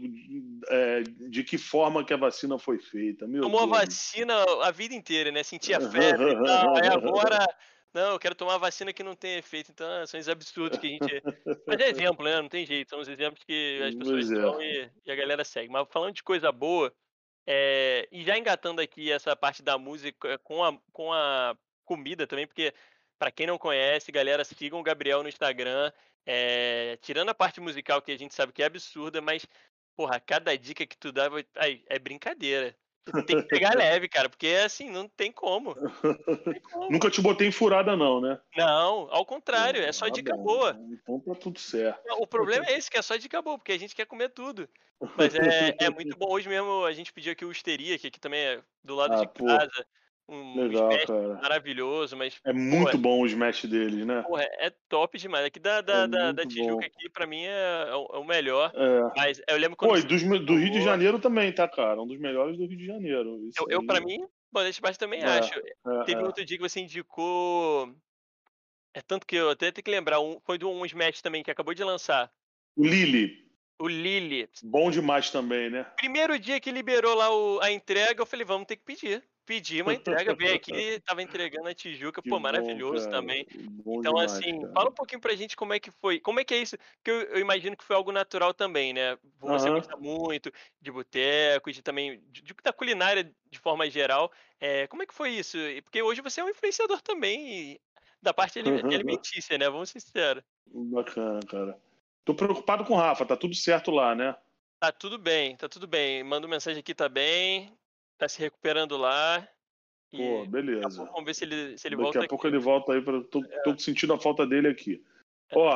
de que forma que a vacina foi feita. Meu Tomou a Deus. vacina a vida inteira, né, sentia febre e tal, aí agora, não, eu quero tomar uma vacina que não tem efeito, então são esses absurdos que a gente mas é exemplo, né, não tem jeito, são os exemplos que as pessoas Pois é. dão e a galera segue. Mas falando de coisa boa, e já engatando aqui essa parte da música com a comida também, porque pra quem não conhece, galera, sigam o Gabriel no Instagram, tirando a parte musical que a gente sabe que é absurda, mas, porra, cada dica que tu dá, é brincadeira. Tu tem que pegar leve, cara, porque assim, não tem como, não tem como. Nunca te botei em furada, não, né? Não, ao contrário, é só Ah, dica bom. boa. Então tá tudo certo. O problema é esse, que é só dica boa, porque a gente quer comer tudo. Mas é muito bom. Hoje mesmo a gente pediu aqui o Osteria, que aqui também é do lado Ah, de pô, casa, um legal, smash cara. maravilhoso, mas, É pô, muito bom o smash deles, né? porra, é top demais. Aqui da É da da da muito Tijuca bom. aqui, pra mim é o melhor, É. mas eu lembro quando Pô, e você do Rio de falou, Janeiro também, tá, cara? Um dos melhores do Rio de Janeiro. Isso eu pra aí. mim, Bandeira de Baixo também É, acho. Teve é. outro dia que você indicou, tanto que eu até tenho que lembrar, foi de um smash também que acabou de lançar, O Lili, o Lili. bom demais também, né? Primeiro dia que liberou lá a entrega, eu falei, vamos ter que pedir. Pedi uma entrega, veio aqui, tava entregando a Tijuca, Que pô, bom, maravilhoso cara. também. Bom Então, demais, assim, cara. fala um pouquinho pra gente como é que foi. Como é que é isso? Porque eu imagino que foi algo natural também, né? Você Aham. gosta muito de boteco, de também da culinária de forma geral. Como é que foi isso? Porque hoje você é um influenciador também da parte alimentícia, né? Vamos ser sinceros. Bacana, cara. Tô preocupado com o Rafa, tá tudo certo lá, né? Tá tudo bem, tá tudo bem. Manda uma mensagem aqui, tá bem, tá se recuperando lá. Pô, E daqui a beleza. pouco vamos ver se ele Daqui a volta pouco aqui. ele volta aí. Tô sentindo a falta dele aqui. Ó,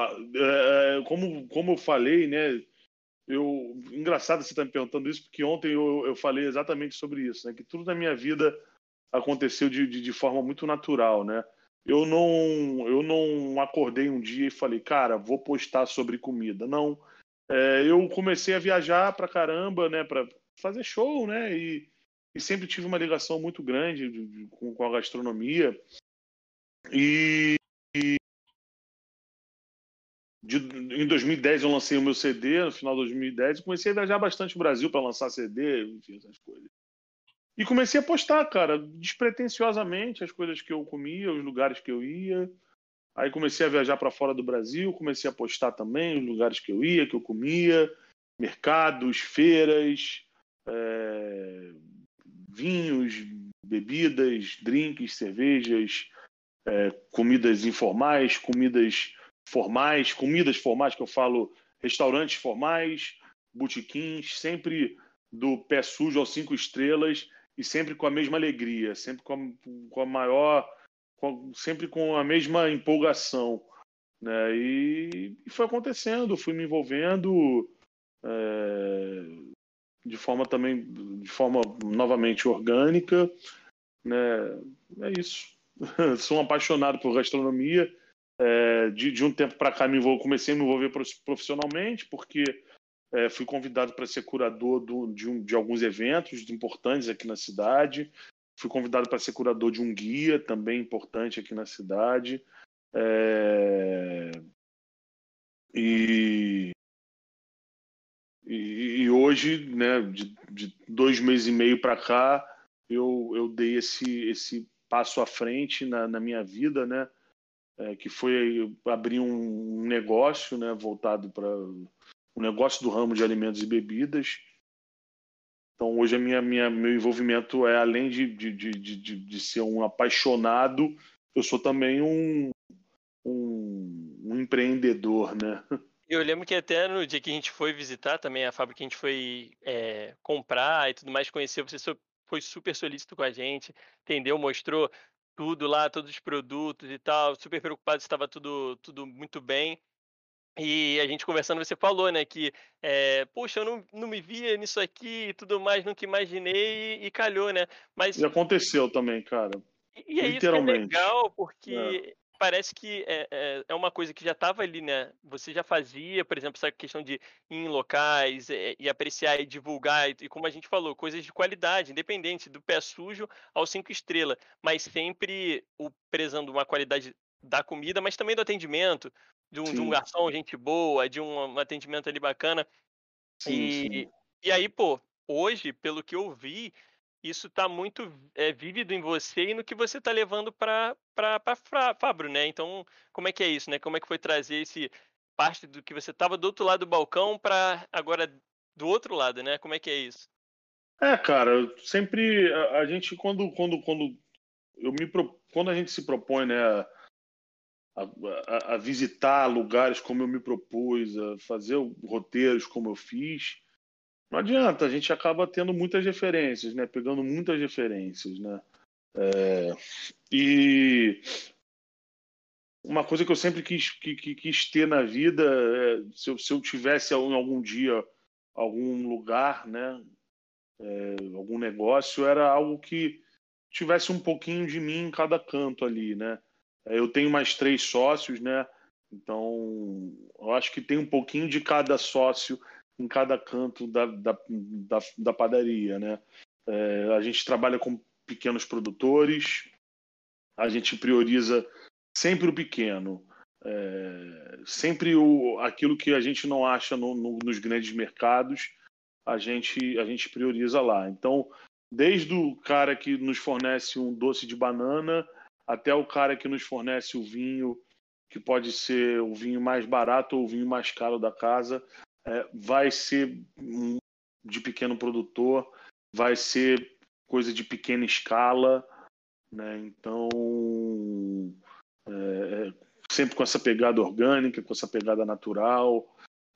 como eu falei, né? Engraçado você estar me perguntando isso, porque ontem eu falei exatamente sobre isso, né? Que tudo na minha vida aconteceu de forma muito natural, né? Eu não acordei um dia e falei, cara, vou postar sobre comida. Não. Eu comecei a viajar pra caramba, né? Pra fazer show, né? E sempre tive uma ligação muito grande com a gastronomia. E em 2010 eu lancei o meu CD, no final de 2010, e comecei a viajar bastante o Brasil para lançar CD, enfim, essas coisas. E comecei a postar, cara, despretensiosamente as coisas que eu comia, os lugares que eu ia. Aí comecei a viajar para fora do Brasil, comecei a postar também os lugares que eu ia, que eu comia, mercados, feiras, vinhos, bebidas, drinks, cervejas, comidas informais, comidas formais que eu falo, restaurantes formais, botequins, sempre do pé sujo aos 5 estrelas e sempre com a mesma alegria, sempre com a maior, sempre com a mesma empolgação, né? E foi acontecendo, fui me envolvendo de forma novamente orgânica, né? É isso. Sou um apaixonado por gastronomia. De um tempo para cá comecei a me envolver profissionalmente, porque fui convidado para ser curador de alguns eventos importantes aqui na cidade. Fui convidado para ser curador de um guia também importante aqui na cidade. E hoje, né, de 2 meses e meio para cá, eu dei esse passo à frente na minha vida, né, que foi abrir um negócio, né, voltado para um negócio do ramo de alimentos e bebidas. Então, hoje meu envolvimento é, além de ser um apaixonado, eu sou também um empreendedor, né? Eu lembro que até no dia que a gente foi visitar também a fábrica que a gente foi comprar e tudo mais, conhecer, você foi super solícito com a gente, entendeu? Mostrou tudo lá, todos os produtos e tal, super preocupado se estava tudo muito bem. E a gente conversando, você falou, né, que, poxa, eu não me via nisso aqui e tudo mais, nunca imaginei e calhou, né? E Mas aconteceu também, cara. e é isso que é Literalmente. legal, É. porque parece que é uma coisa que já estava ali, né, você já fazia, por exemplo, essa questão de ir em locais, e apreciar e divulgar, e como a gente falou, coisas de qualidade, independente do pé sujo ao 5 estrela, mas sempre prezando uma qualidade da comida, mas também do atendimento, de um Sim, garçom gente boa, de um atendimento ali bacana. sim, sim. E aí, pô, hoje, pelo que eu vi, isso tá muito, vívido em você e no que você tá levando pra Fabro, né. Então, como é que é isso, né? Como é que foi trazer esse parte do que você estava do outro lado do balcão para agora do outro lado, né? Como é que é isso? Cara, sempre a gente quando a gente se propõe, né, a visitar lugares como eu me propus, a fazer roteiros como eu fiz, não adianta, a gente acaba tendo muitas referências, né, pegando muitas referências, né. E uma coisa que eu sempre quis ter na vida, se eu tivesse em algum dia algum lugar, né, algum negócio, era algo que tivesse um pouquinho de mim em cada canto ali, né? Eu tenho mais 3 sócios, né? Então, eu acho que tem um pouquinho de cada sócio em cada canto da padaria, né? A gente trabalha com pequenos produtores, a gente prioriza sempre o pequeno, sempre aquilo que a gente não acha nos grandes mercados, a gente prioriza lá. Então, desde o cara que nos fornece um doce de banana até o cara que nos fornece o vinho, que pode ser o vinho mais barato ou o vinho mais caro da casa, vai ser de pequeno produtor, vai ser coisa de pequena escala, né? Então, sempre com essa pegada orgânica, com essa pegada natural,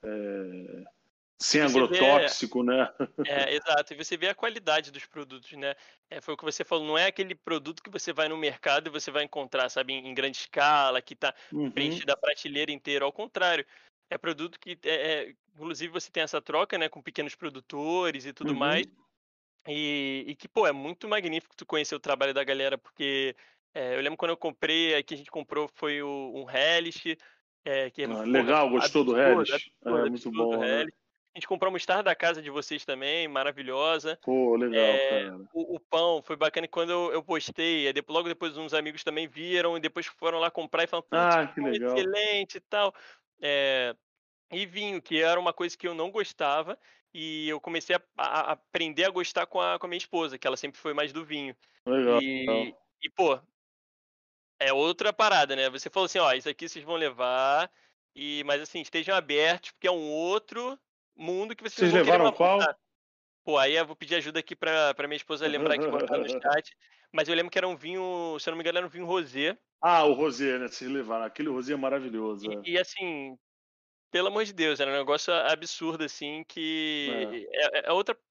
E sem você vê agrotóxico, né? exato. E você vê a qualidade dos produtos, né. Foi o que você falou, não é aquele produto que você vai no mercado e você vai encontrar, sabe, em grande escala, que tá Uhum, preenchida a prateleira inteira, ao contrário, é produto que, inclusive você tem essa troca, né, com pequenos produtores e tudo mais, uhum. e que, pô, é muito magnífico tu conhecer o trabalho da galera, porque, eu lembro quando eu comprei, aí que a gente comprou foi um Hellish, que é, porra, Legal, gostou do absurdo, Hellis? É absurdo, muito absurdo o bom, né? Hellish. A gente comprou a mostarda da casa de vocês também, maravilhosa. Pô, legal, cara. O pão foi bacana, e quando eu postei, logo depois uns amigos também viram e depois foram lá comprar e falaram: "Putz, que Ah, que pão legal. excelente e tal". Eh, e vinho, que era uma coisa que eu não gostava, e eu comecei a aprender a gostar com a minha esposa, que ela sempre foi mais do vinho. Legal. E pô, é outra parada, né, você falou assim: "Ó, isso aqui vocês vão levar, mas assim, estejam abertos, porque é um outro mundo que vocês não Vocês vão querer levaram mais voltar". qual? Pô, aí eu vou pedir ajuda aqui pra minha esposa lembrar aqui, botar no chat, mas eu lembro que era um vinho, se eu não me engano, era um vinho rosé, Ah, o rosé, né? Vocês levaram. Aquele rosé é maravilhoso. e assim, pelo amor de Deus, era um negócio absurdo, assim, É. que é outra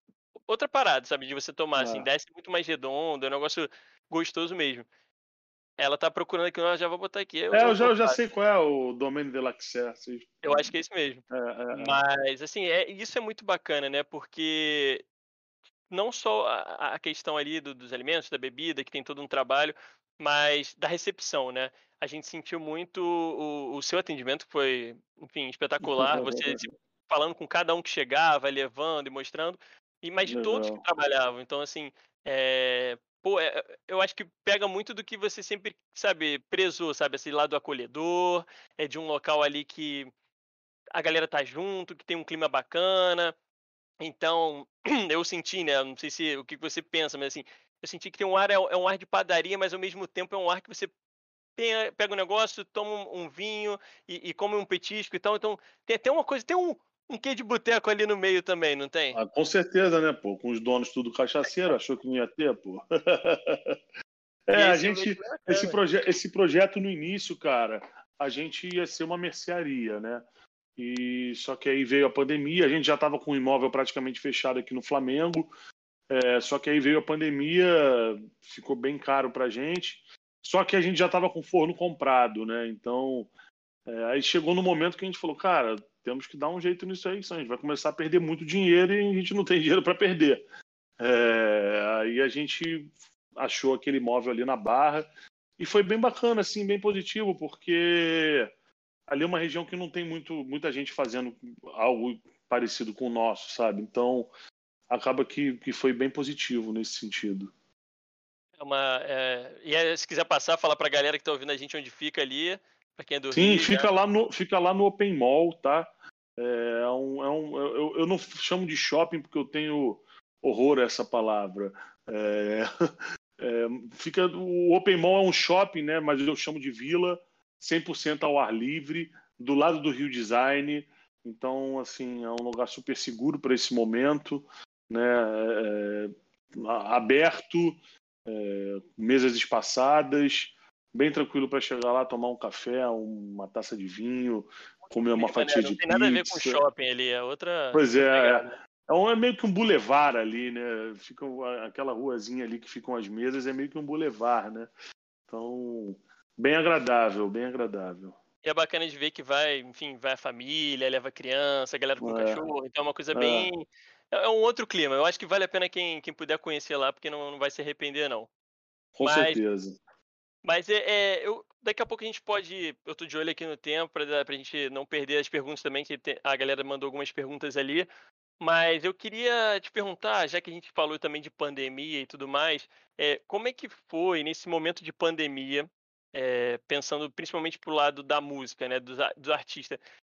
outra parada, sabe, de você tomar, assim, Ah. desce muito mais redondo, é um negócio gostoso mesmo. Ela tá procurando aqui, eu já vou botar aqui, Eu já sei qual é o Domaine de l'Access. eu acho que é esse mesmo. É. Mas, assim, isso é muito bacana, né, porque não só a questão ali dos alimentos, da bebida, que tem todo um trabalho, mas da recepção, né. A gente sentiu muito o seu atendimento, que foi, enfim, espetacular, você se falando com cada um que chegava, levando e mostrando, mas de todos que Legal. trabalhavam. Então, assim, pô, eu acho que pega muito do que você sempre, sabe, prezou, sabe, esse lado acolhedor, é de um local ali que a galera tá junto, que tem um clima bacana. Então, eu senti, né, não sei se o que você pensa, mas assim, eu senti que tem um ar é um ar de padaria, mas ao mesmo tempo é um ar que você pega um negócio, toma um vinho e come um petisco e tal, então tem até uma coisa, tem um quê de boteco ali no meio também, não tem? Ah, com certeza, né, pô? Com os donos tudo cachaceiro, achou que não ia ter, pô. E A esse gente, ambiente é esse, bacana. esse projeto no início, cara, a gente ia ser uma mercearia, né? E só que aí veio a pandemia, a gente já estava com o imóvel praticamente fechado aqui no Flamengo, só que aí veio a pandemia, ficou bem caro pra gente. Só que a gente já estava com o forno comprado, né? Então, aí chegou no momento que a gente falou, cara, temos que dar um jeito nisso aí, senão a gente vai começar a perder muito dinheiro e a gente não tem dinheiro para perder. Aí a gente achou aquele imóvel ali na Barra e foi bem bacana, assim, bem positivo, porque ali é uma região que não tem muita gente fazendo algo parecido com o nosso, sabe? Então acaba que foi bem positivo nesse sentido. Se quiser passar, falar pra galera que tá ouvindo a gente onde fica ali, pra quem é do Sim, Rio já. fica lá no Open Mall, tá? Eu não chamo de shopping porque eu tenho horror a essa palavra. É, o Open Mall é um shopping, né? Mas eu chamo de vila, 100% ao ar livre, do lado do Rio Design. Então, assim, é um lugar super seguro para esse momento, né? Aberto, mesas espaçadas, bem tranquilo para chegar lá, tomar um café, uma taça de vinho, comer uma fatia Não de tem nada a ver com pizza. shopping ali, é outra Pois pegada. é meio que um bulevar ali, né? Fica aquela ruazinha ali que ficam as mesas, é meio que um bulevar, né? Então, bem agradável, bem agradável. E é bacana de ver que vai, enfim, vai a família, leva a criança, a galera com cachorro, então é uma coisa É, bem. É um outro clima. Eu acho que vale a pena quem puder conhecer lá, porque não vai se arrepender, não. com Mas, certeza. daqui a pouco a gente pode. Eu tô de olho aqui no tempo, pra gente não perder as perguntas também, que a galera mandou algumas perguntas ali. Mas eu queria te perguntar, já que a gente falou também de pandemia e tudo mais, como é que foi nesse momento de pandemia, pensando principalmente pro lado da música, né, dos artistas.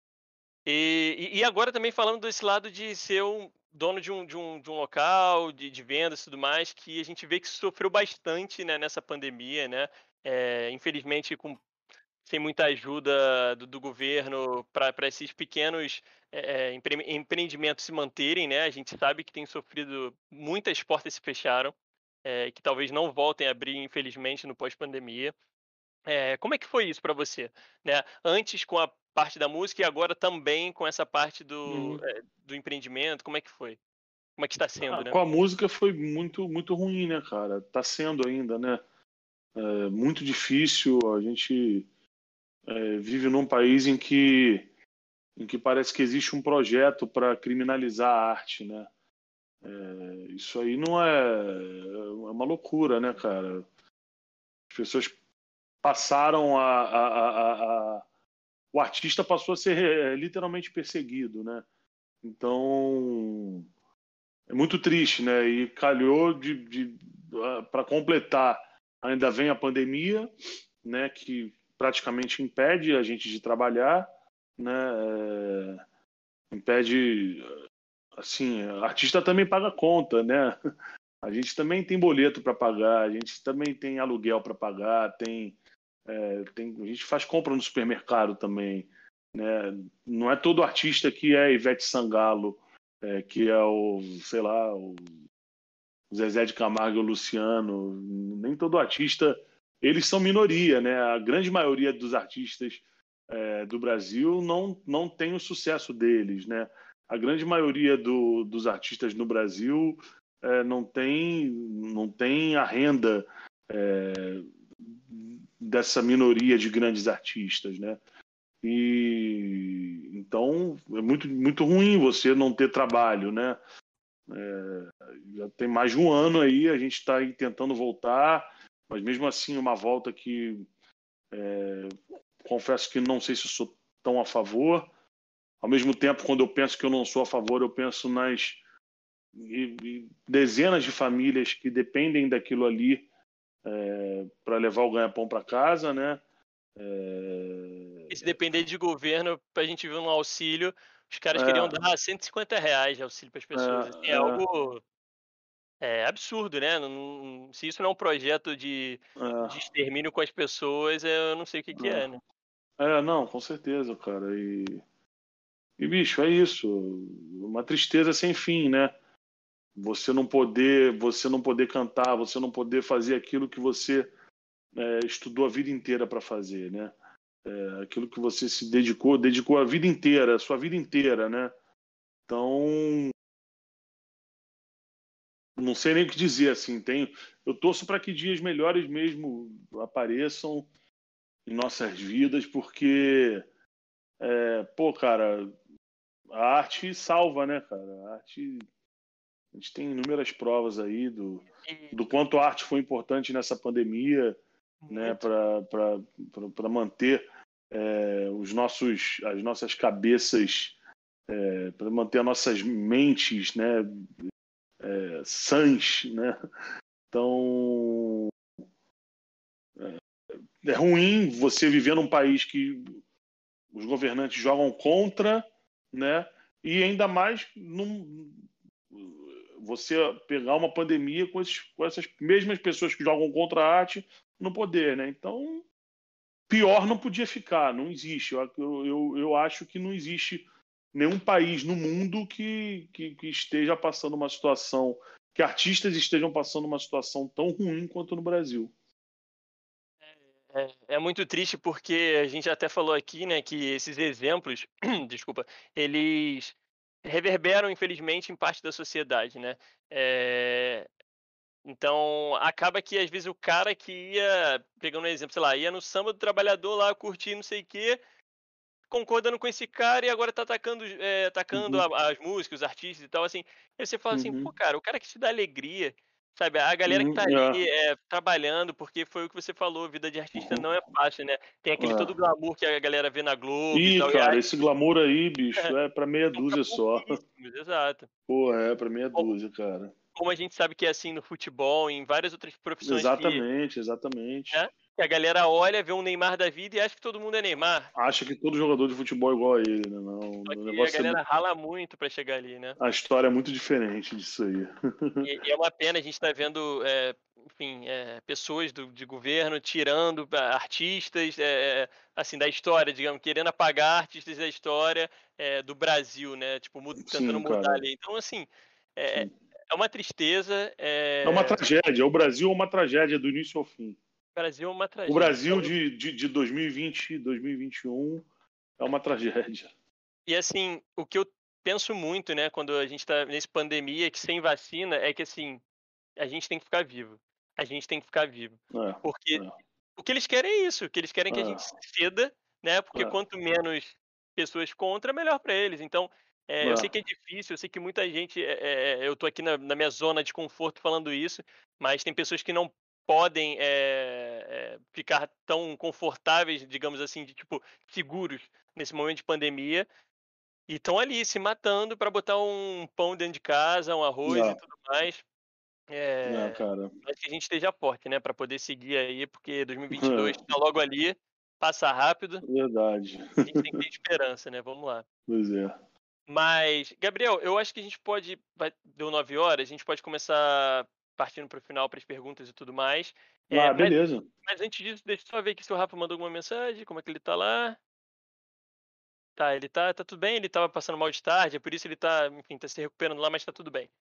E agora também falando desse lado de ser um dono de um local, de vendas e tudo mais, que a gente vê que sofreu bastante, né, nessa pandemia, né, infelizmente sem muita ajuda do governo para esses pequenos empreendimentos se manterem, né? A gente sabe que tem sofrido, muitas portas se fecharam, que talvez não voltem a abrir, infelizmente, no pós-pandemia. Como é que foi isso para você, né? Antes com a parte da música e agora também com essa parte Uhum. do empreendimento, como é que foi? Como é que está sendo, né? Com a música foi muito, muito ruim, né, cara? Tá sendo ainda, né? Muito difícil. A gente vive num país em que parece que existe um projeto para criminalizar a arte, né? Isso aí não é uma loucura, né, cara? As pessoas passaram o artista passou a ser literalmente perseguido, né? Então é muito triste, né? E calhou para completar, ainda vem a pandemia, né? Que praticamente impede a gente de trabalhar, né? Impede, assim, artista também paga conta, né? A gente também tem boleto para pagar, a gente também tem aluguel para pagar, a gente faz compra no supermercado também, né? Não é todo artista que é Ivete Sangalo, que é sei lá, o Zezé de Camargo e o Luciano. Nem todo artista, eles são minoria, né? A grande maioria dos artistas do Brasil não tem o sucesso deles, né? A grande maioria dos artistas no Brasil não tem a renda dessa minoria de grandes artistas, né? E então é muito, muito ruim você não ter trabalho, né? Já tem mais de um ano aí, a gente está aí tentando voltar, mas mesmo assim uma volta que confesso que não sei se eu sou tão a favor. Ao mesmo tempo, quando eu penso que eu não sou a favor, eu penso nas dezenas de famílias que dependem daquilo ali para levar o ganha-pão para casa, né? E se depender de governo, a gente viu um auxílio, os caras queriam dar R$ 150 de auxílio para as pessoas. Assim, é algo absurdo, né? Se isso não é um projeto de extermínio com as pessoas, eu não sei o que é, né? Não, com certeza, cara. E bicho, é isso. Uma tristeza sem fim, né? Você não poder cantar, você não poder fazer aquilo que você estudou a vida inteira para fazer, né? Aquilo que você se dedicou a vida inteira, a sua vida inteira, né? Então, não sei nem o que dizer, assim. Eu torço para que dias melhores mesmo apareçam em nossas vidas, porque, pô, cara, a arte salva, né, cara? A gente tem inúmeras provas aí do quanto a arte foi importante nessa pandemia, né, para manter as nossas cabeças, para manter as nossas mentes, né, sãs, né? Então, é ruim você viver num país que os governantes jogam contra, né? E ainda mais você pegar uma pandemia com essas mesmas pessoas que jogam contra a arte no poder, né? Então, pior não podia ficar, não existe. Eu acho que não existe nenhum país no mundo que esteja passando uma situação, que artistas estejam passando uma situação tão ruim quanto no Brasil. É muito triste porque a gente até falou aqui, né, que esses exemplos, desculpa, eles reverberam, infelizmente, em parte da sociedade, né? Então, acaba que às vezes o cara que ia, pegando um exemplo, sei lá, ia no samba do trabalhador lá, curtir não sei o quê, concordando com esse cara e agora tá atacando as músicas, os artistas e tal, assim. Aí você fala assim, pô, cara, o cara que te dá alegria, sabe? A galera que tá ali trabalhando, porque foi o que você falou, vida de artista não é fácil, né? Tem aquele todo glamour que a galera vê na Globo e tal. Cara, esse glamour aí, bicho, é pra meia são dúzia só. Exato. Pô, pra meia dúzia, cara. Como a gente sabe que é assim no futebol, em várias outras profissões exatamente. que a galera olha, vê um Neymar da vida e acha que todo mundo é Neymar. Acha que todo jogador de futebol é igual a ele, né? Não, Só o que a negócio galera rala muito pra chegar ali, né? A história é muito diferente disso aí. E é uma pena a gente estar vendo, enfim, pessoas de governo tirando artistas, assim, da história, digamos, querendo apagar artistas da história do Brasil, né? Tipo, tentando mudar cara. ali. Então, assim, é uma tristeza. É uma tragédia. O Brasil é uma tragédia do início ao fim. O Brasil é uma tragédia. O Brasil de 2020, 2021 é uma tragédia. E, assim, o que eu penso muito, né, quando a gente está nessa pandemia, que sem vacina, é que, assim, a gente tem que ficar vivo. A gente tem que ficar vivo. Porque o que eles querem é isso, o que eles querem é que a gente ceda, né? Porque quanto menos pessoas contra, melhor para eles. Então, eu sei que é difícil, eu sei que muita gente, eu tô aqui na minha zona de conforto falando isso, mas tem pessoas que não podem ficar tão confortáveis, digamos assim, de tipo seguros nesse momento de pandemia e estão ali se matando para botar um pão dentro de casa, um arroz e tudo mais. Cara. Mas que a gente esteja forte, né, para poder seguir aí, porque 2022 tá logo ali, passa rápido. Verdade. A gente tem que ter esperança, né? Vamos lá. Pois é. Mas, Gabriel, eu acho que a gente deu 9 horas, a gente pode começar partindo para o final, para as perguntas e tudo mais. Beleza. Mas antes disso, deixa eu só ver aqui se o Rafa mandou alguma mensagem, como é que ele tá lá. Tá, ele tá tudo bem, ele tava passando mal de tarde, é por isso ele tá, enfim, tá se recuperando lá, mas tá tudo bem.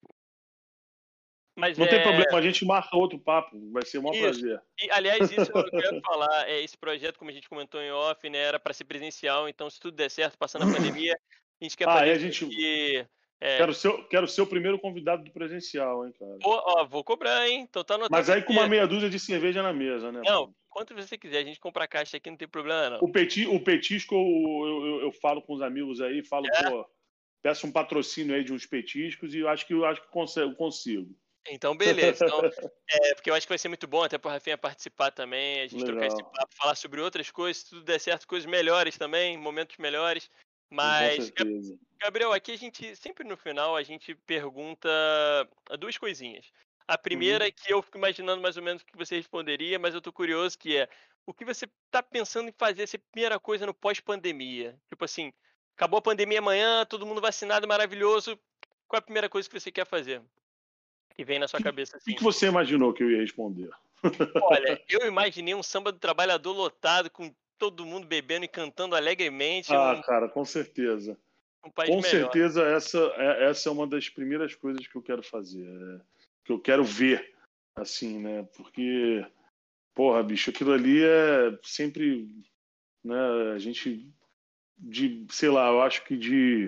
Mas não tem problema, a gente marca outro papo, vai ser um maior prazer. E, aliás, isso é o que eu ia falar, esse projeto, como a gente comentou em off, né, era para ser presencial, então se tudo der certo, passando a pandemia, a gente quer fazer Quero ser o primeiro convidado do presencial, hein, cara. Ó, vou cobrar, hein? Então tá anotado. Mas aí com uma meia dúzia de cerveja na mesa, né? Não, quanto você quiser, a gente compra a caixa aqui, não tem problema, não. O petisco, eu falo com os amigos aí, pô, peço um patrocínio aí de uns petiscos e eu acho que consigo. Então, beleza. Então, porque eu acho que vai ser muito bom, até pro Rafinha participar também, a gente trocar esse papo, falar sobre outras coisas, se tudo der certo, coisas melhores também, momentos melhores. Mas, com certeza. Gabriel, aqui a gente, sempre no final, a gente pergunta duas coisinhas. A primeira é que eu fico imaginando mais ou menos o que você responderia, mas eu tô curioso, que é, o que você tá pensando em fazer essa primeira coisa no pós-pandemia? Tipo assim, acabou a pandemia amanhã, todo mundo vacinado, maravilhoso, qual é a primeira coisa que você quer fazer? Que vem na sua cabeça assim. O que você imaginou que eu ia responder? Olha, eu imaginei um samba do trabalhador lotado, com todo mundo bebendo e cantando alegremente. Cara, com certeza. Um país com melhor. certeza essa é uma das primeiras coisas que eu quero fazer, que eu quero ver, assim, né? Porque, porra, bicho, aquilo ali é sempre, né? A gente, sei lá, eu acho que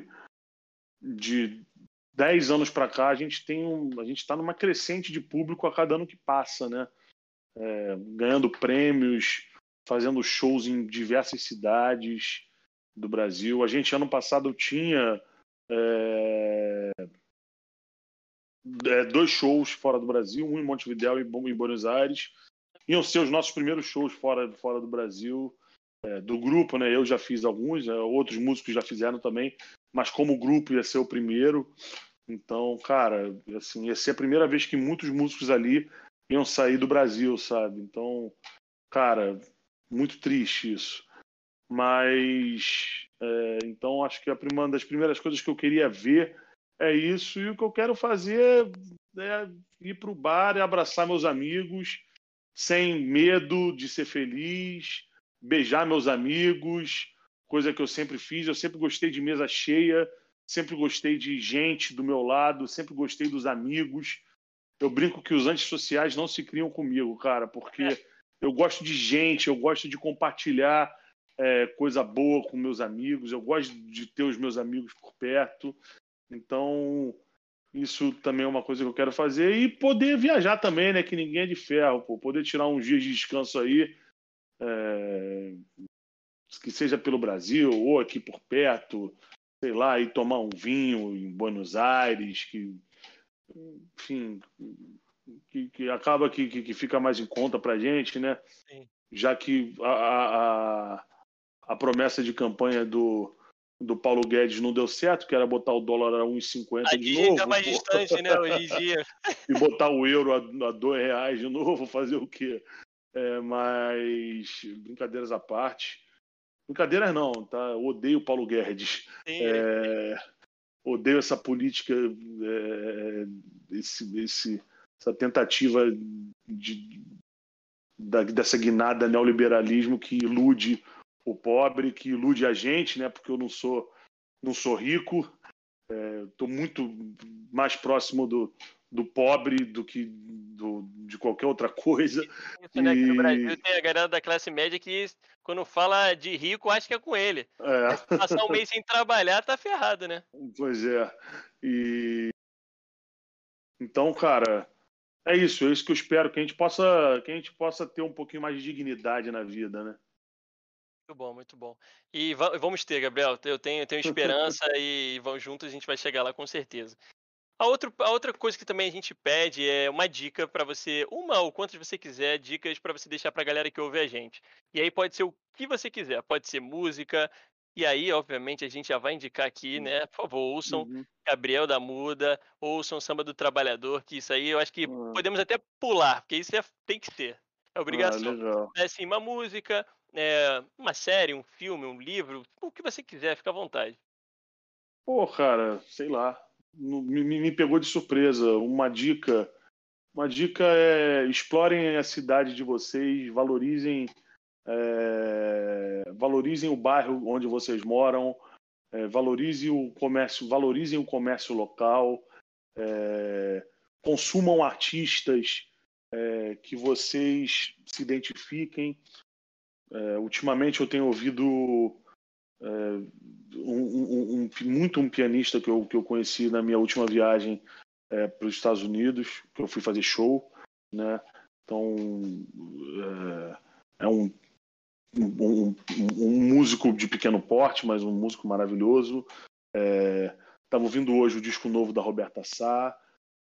de 10 anos para cá a gente está numa crescente de público a cada ano que passa, né? Ganhando prêmios, fazendo shows em diversas cidades do Brasil. A gente ano passado tinha 2 shows fora do Brasil, um em Montevidéu e em Buenos Aires. Iam ser os nossos primeiros shows fora do Brasil, do grupo, né? Eu já fiz alguns, outros músicos já fizeram também, mas como grupo ia ser o primeiro. Então, cara, assim, ia ser a primeira vez que muitos músicos ali iam sair do Brasil, sabe? Então, cara, muito triste isso. Mas, então, acho que uma das primeiras coisas que eu queria ver é isso. E o que eu quero fazer é ir pro bar e abraçar meus amigos, sem medo de ser feliz, beijar meus amigos, coisa que eu sempre fiz. Eu sempre gostei de mesa cheia, sempre gostei de gente do meu lado, sempre gostei dos amigos. Eu brinco que os antissociais não se criam comigo, cara, porque eu gosto de gente, eu gosto de compartilhar coisa boa com meus amigos, eu gosto de ter os meus amigos por perto. Então, isso também é uma coisa que eu quero fazer. E poder viajar também, né? Que ninguém é de ferro, pô. Poder tirar uns dias de descanso aí, que seja pelo Brasil ou aqui por perto, sei lá, ir tomar um vinho em Buenos Aires, enfim, que acaba que fica mais em conta pra gente, né? Sim. Já que a promessa de campanha do Paulo Guedes não deu certo, que era botar o dólar a 1,50 de novo. Tá mais distante, né, hoje em dia. E botar o euro a R$2 de novo, fazer o quê? Mas, brincadeiras à parte. Brincadeiras não, tá? Eu odeio o Paulo Guedes. Sim, Odeio essa política, essa tentativa dessa guinada neoliberalismo que ilude o pobre, que ilude a gente, né? Porque eu não sou rico, estou muito mais próximo do pobre do que de qualquer outra coisa. Isso, né? Que no Brasil tem a galera da classe média que, quando fala de rico, acha que é com ele. Se passar um mês sem trabalhar, tá ferrado, né? Pois é. Então, cara, é isso que eu espero, que a gente possa ter um pouquinho mais de dignidade na vida, né? Muito bom, muito bom. E vamos ter, Gabriel. Eu tenho esperança e vamos juntos, a gente vai chegar lá com certeza. A outra coisa que também a gente pede é uma dica para você, uma ou quantas você quiser, dicas para você deixar para a galera que ouve a gente. E aí pode ser o que você quiser, pode ser música, e aí, obviamente, a gente já vai indicar aqui, né? Por favor, ouçam Gabriel da Muda, ouçam Samba do Trabalhador, que isso aí eu acho que podemos até pular, porque isso tem que ser. É obrigação. Legal. Assim, uma música, uma série, um filme, um livro, o que você quiser, fica à vontade. Pô, cara, sei lá. Me pegou de surpresa. Uma dica é explorem a cidade de vocês, valorizem o bairro onde vocês moram, valorizem o comércio local, consumam artistas que vocês se identifiquem. Ultimamente eu tenho ouvido muito um pianista que eu conheci na minha última viagem para os Estados Unidos, que eu fui fazer show, né? Então é um músico de pequeno porte, mas um músico maravilhoso. Estava ouvindo hoje o disco novo da Roberta Sá.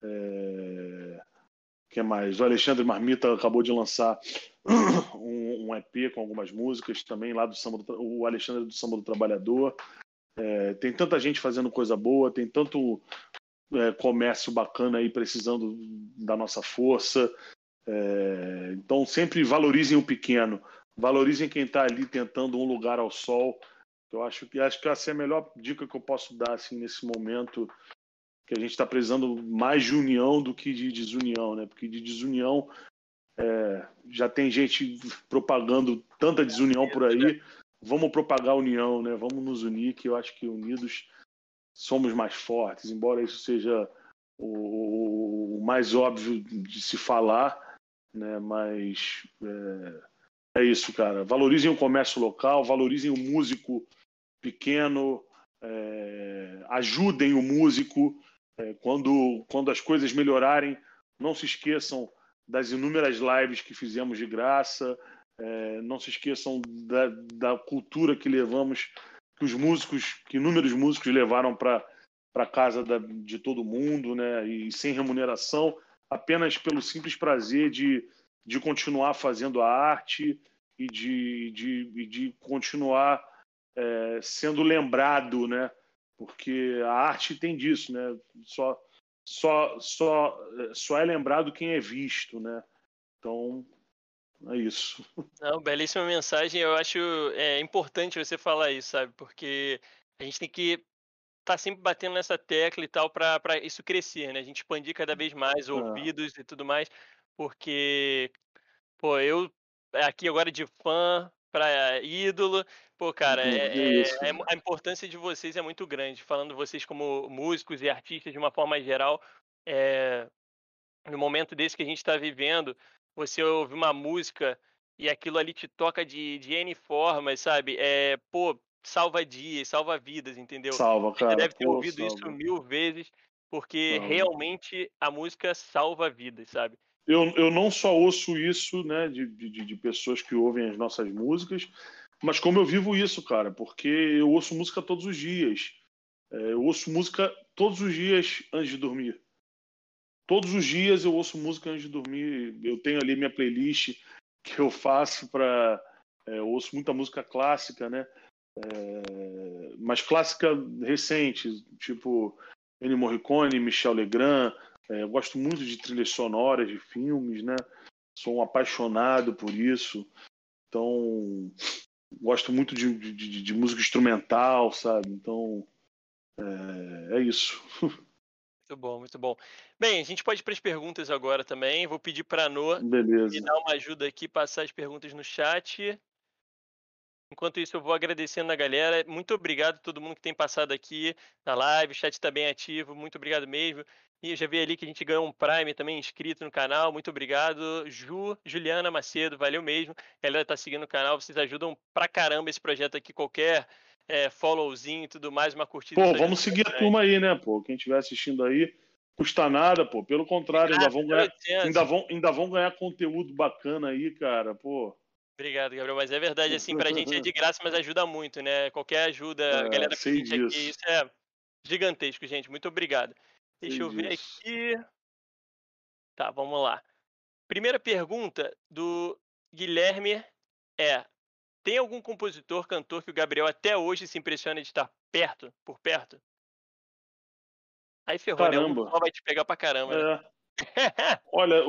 Que mais? O Alexandre Marmita acabou de lançar um EP com algumas músicas também lá do Samba o Alexandre do Samba do Trabalhador. Tem tanta gente fazendo coisa boa, tem tanto comércio bacana aí precisando da nossa força. Então sempre valorizem o pequeno, valorizem quem está ali tentando um lugar ao sol. Eu acho que essa é a melhor dica que eu posso dar assim, nesse momento, que a gente está precisando mais de união do que de desunião, né? Porque de desunião já tem gente propagando tanta desunião por aí. Vamos propagar a união, né? Vamos nos unir, que eu acho que unidos somos mais fortes, embora isso seja o mais óbvio de se falar, né? Mas é isso, cara. Valorizem o comércio local, valorizem o músico pequeno, ajudem o músico. Quando as coisas melhorarem, não se esqueçam das inúmeras lives que fizemos de graça, não se esqueçam da cultura que levamos, que inúmeros músicos levaram para casa de todo mundo, né? E sem remuneração, apenas pelo simples prazer de continuar fazendo a arte e de continuar sendo lembrado, né? Porque a arte tem disso, né? Só é lembrado quem é visto, né? Então, é isso. Não, belíssima mensagem. Eu acho importante você falar isso, sabe? Porque a gente tem que estar sempre batendo nessa tecla e tal para isso crescer, né? A gente expandir cada vez mais ouvidos e tudo mais, porque, pô, eu aqui agora de fã para ídolo, pô, cara, a importância de vocês é muito grande. Falando vocês como músicos e artistas de uma forma geral, no momento desse que a gente está vivendo, você ouve uma música e aquilo ali te toca de N formas, sabe? Pô, salva dias, salva vidas, entendeu? Salva, Você cara. deve ter Pô, ouvido isso salva. 1000 vezes, porque Salva. realmente a música salva vidas, sabe? Eu não só ouço isso, né, de pessoas que ouvem as nossas músicas, mas como eu vivo isso, cara, porque eu ouço música todos os dias. Eu ouço música todos os dias antes de dormir. Todos os dias eu ouço música antes de dormir. Eu tenho ali minha playlist que eu faço para. Eu ouço muita música clássica, né? Mas clássica recente, tipo Ennio Morricone, Michel Legrand. Eu gosto muito de trilhas sonoras de filmes, né? Sou um apaixonado por isso. Então, gosto muito de música instrumental, sabe? Então, é isso. Muito bom, muito bom. Bem, a gente pode ir para as perguntas agora também. Vou pedir para a Noa me Beleza. dar uma ajuda aqui, passar as perguntas no chat. Enquanto isso, eu vou agradecendo a galera. Muito obrigado a todo mundo que tem passado aqui na live. O chat está bem ativo. Muito obrigado mesmo. E eu já vi ali que a gente ganhou um Prime também inscrito no canal. Muito obrigado. Juliana Macedo, valeu mesmo. A galera tá seguindo o canal. Vocês ajudam pra caramba esse projeto aqui. Qualquer followzinho e tudo mais, uma curtida. Pô, Isso ajuda vamos seguir a bastante. turma aí, né, pô? Quem estiver assistindo aí, custa nada, pô. Pelo contrário, ainda vão ganhar, 0800. ainda vão ganhar conteúdo bacana aí, cara, pô. Obrigado, Gabriel. Mas é verdade, assim, pra gente é de graça, mas ajuda muito, né? Qualquer ajuda, a galera Sei pede aqui, disso. isso é gigantesco, gente. Muito obrigado. Deixa Sei eu ver disso. aqui. Tá, vamos lá. Primeira pergunta do Guilherme é: tem algum compositor, cantor que o Gabriel até hoje se impressiona de estar por perto? Aí ferrou, né? O Caramba. sol vai te pegar pra caramba, né? É. Olha,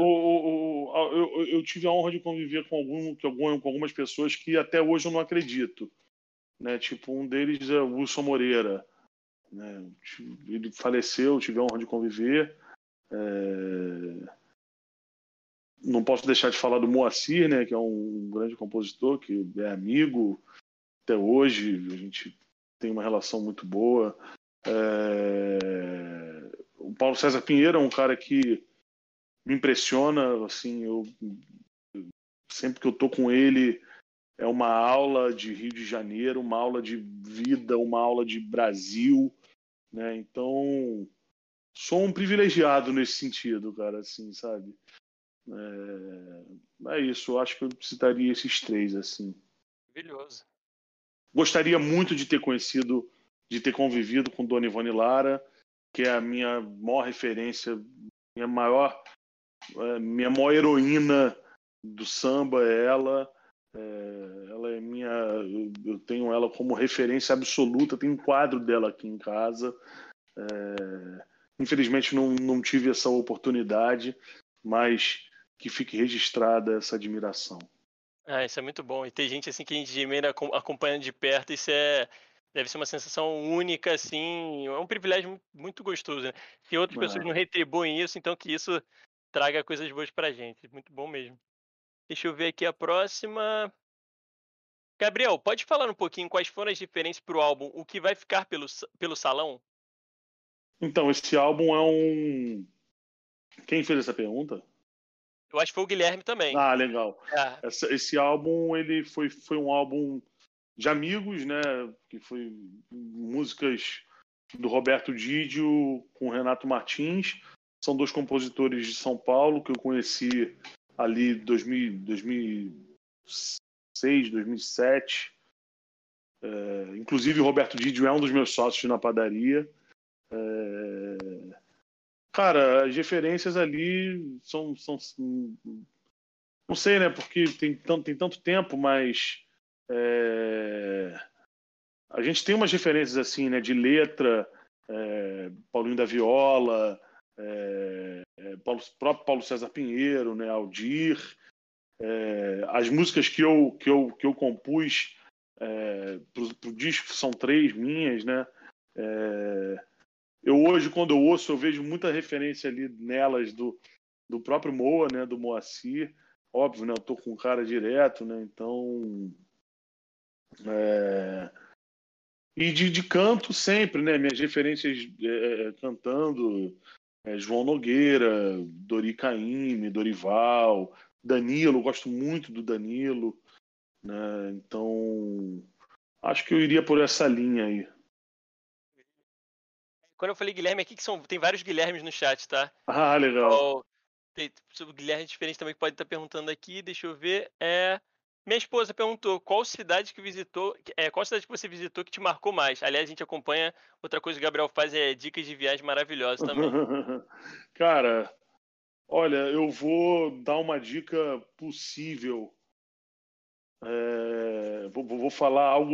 eu tive a honra de conviver com algumas pessoas que até hoje eu não acredito, né? Tipo, um deles é o Wilson Moreira, né? Ele faleceu, eu tive a honra de conviver. Não posso deixar de falar do Moacir, né? Que é um grande compositor, que é amigo até hoje, a gente tem uma relação muito boa. O Paulo César Pinheiro é um cara que me impressiona, assim, sempre que eu tô com ele, é uma aula de Rio de Janeiro, uma aula de vida, uma aula de Brasil, né? Então, sou um privilegiado nesse sentido, cara, assim, sabe? É isso, eu acho que eu citaria esses três, assim. Maravilhoso. Gostaria muito de ter conhecido, de ter convivido com Dona Ivone Lara, que é a minha maior referência, minha maior heroína do samba é ela. Ela é minha. Eu tenho ela como referência absoluta. Tem um quadro dela aqui em casa. Infelizmente não tive essa oportunidade, mas que fique registrada essa admiração. Ah, isso é muito bom. E ter gente assim que a gente admira acompanhando de perto, deve ser uma sensação única, assim, é um privilégio muito gostoso, né? Se outras pessoas não retribuem isso, então que isso traga coisas boas pra gente. Muito bom mesmo. Deixa eu ver aqui a próxima. Gabriel, pode falar um pouquinho quais foram as diferenças pro álbum O que vai ficar pelo salão? Então, esse álbum é um. Quem fez essa pergunta? Eu acho que foi o Guilherme também. Ah, legal. É, Esse álbum ele foi um álbum de amigos, né? Que foi músicas do Roberto Didio com o Renato Martins. São dois compositores de São Paulo que eu conheci ali em 2006, 2007. Inclusive, o Roberto Didio é um dos meus sócios na padaria. Cara, as referências ali são não sei, né? Porque tem tanto tempo, mas a gente tem umas referências assim, né? De letra, Paulinho da Viola, próprio Paulo César Pinheiro, né? Aldir. As músicas que eu compus pro disco são três minhas, né? Eu hoje, quando eu ouço, eu vejo muita referência ali nelas do próprio Moa, né? Do Moacir. Óbvio, né? Eu tô com o cara direto, né? Então... E de canto sempre, né? Minhas referências cantando João Nogueira, Dori Caymmi, Dorival, Danilo, gosto muito do Danilo, né? Então, acho que eu iria por essa linha aí. quando eu falei Guilherme aqui, tem vários Guilhermes no chat, tá? Ah, legal. Então, sobre o Guilherme diferente também que pode estar perguntando aqui, deixa eu ver. Minha esposa perguntou qual cidade que visitou, qual cidade que você visitou que te marcou mais. Aliás, a gente acompanha, outra coisa que o Gabriel faz é dicas de viagem maravilhosas também. Cara, olha, eu vou dar uma dica possível. Vou falar algo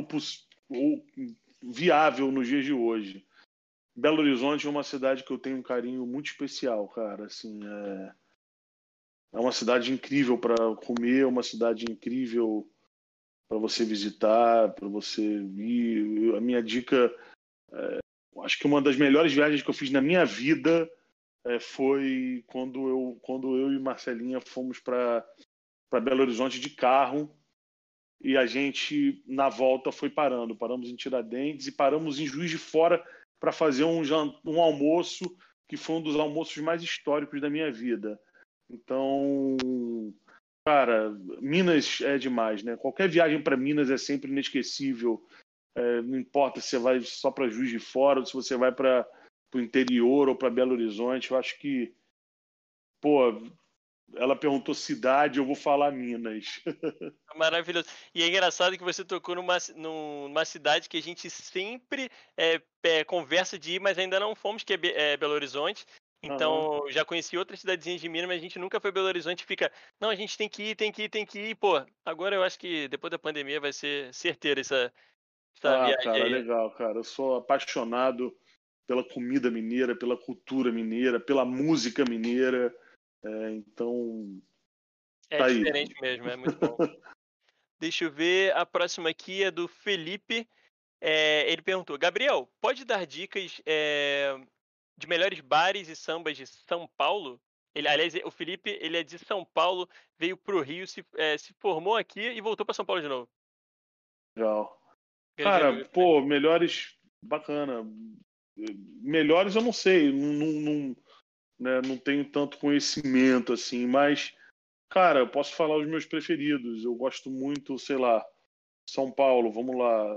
viável nos dias de hoje. Belo Horizonte é uma cidade que eu tenho um carinho muito especial, cara. Assim, é uma cidade incrível para comer, uma cidade incrível para você visitar, para você ir. A minha dica, acho que uma das melhores viagens que eu fiz na minha vida foi quando eu e Marcelinha fomos para Belo Horizonte de carro e a gente, na volta, foi parando. Paramos em Tiradentes e paramos em Juiz de Fora para fazer um almoço que foi um dos almoços mais históricos da minha vida. Então, cara, Minas é demais, né? Qualquer viagem para Minas é sempre inesquecível. Não importa se você vai só para Juiz de Fora ou se você vai para o interior ou para Belo Horizonte. Eu acho que, pô, ela perguntou cidade, eu vou falar Minas. Maravilhoso. E é engraçado que você tocou numa cidade que a gente sempre conversa de ir, mas ainda não fomos, que é Belo Horizonte. Aham. Então, já conheci outras cidadezinhas de Minas, mas a gente nunca foi Belo Horizonte. Fica, não, a gente tem que ir, tem que ir, tem que ir. Pô, agora eu acho que depois da pandemia vai ser certeira essa Ah, viagem cara, aí. legal, cara. Eu sou apaixonado pela comida mineira, pela cultura mineira, pela música mineira. Então, É tá aí. diferente mesmo, é muito bom. Deixa eu ver, a próxima aqui é do Felipe. Ele perguntou: Gabriel, pode dar dicas de melhores bares e sambas de São Paulo? Aliás, o Felipe, ele é de São Paulo, veio pro Rio, se formou aqui e voltou para São Paulo de novo. Legal. Grande Cara, amigo também. pô, melhores. Bacana. Melhores eu não sei. Né, não tenho tanto conhecimento assim, mas, cara, eu posso falar os meus preferidos. Eu gosto muito, sei lá. São Paulo, vamos lá.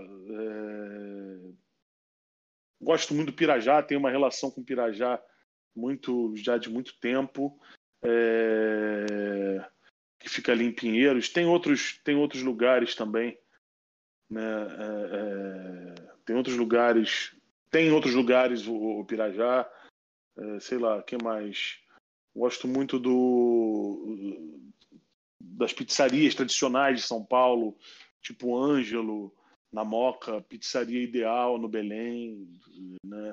Gosto muito do Pirajá, tenho uma relação com o Pirajá já de muito tempo, que fica ali em Pinheiros. Tem outros lugares também, né? Tem outros lugares o Pirajá, sei lá, que mais? Gosto muito das pizzarias tradicionais de São Paulo, tipo Ângelo, na Moca, Pizzaria Ideal no Belém, né?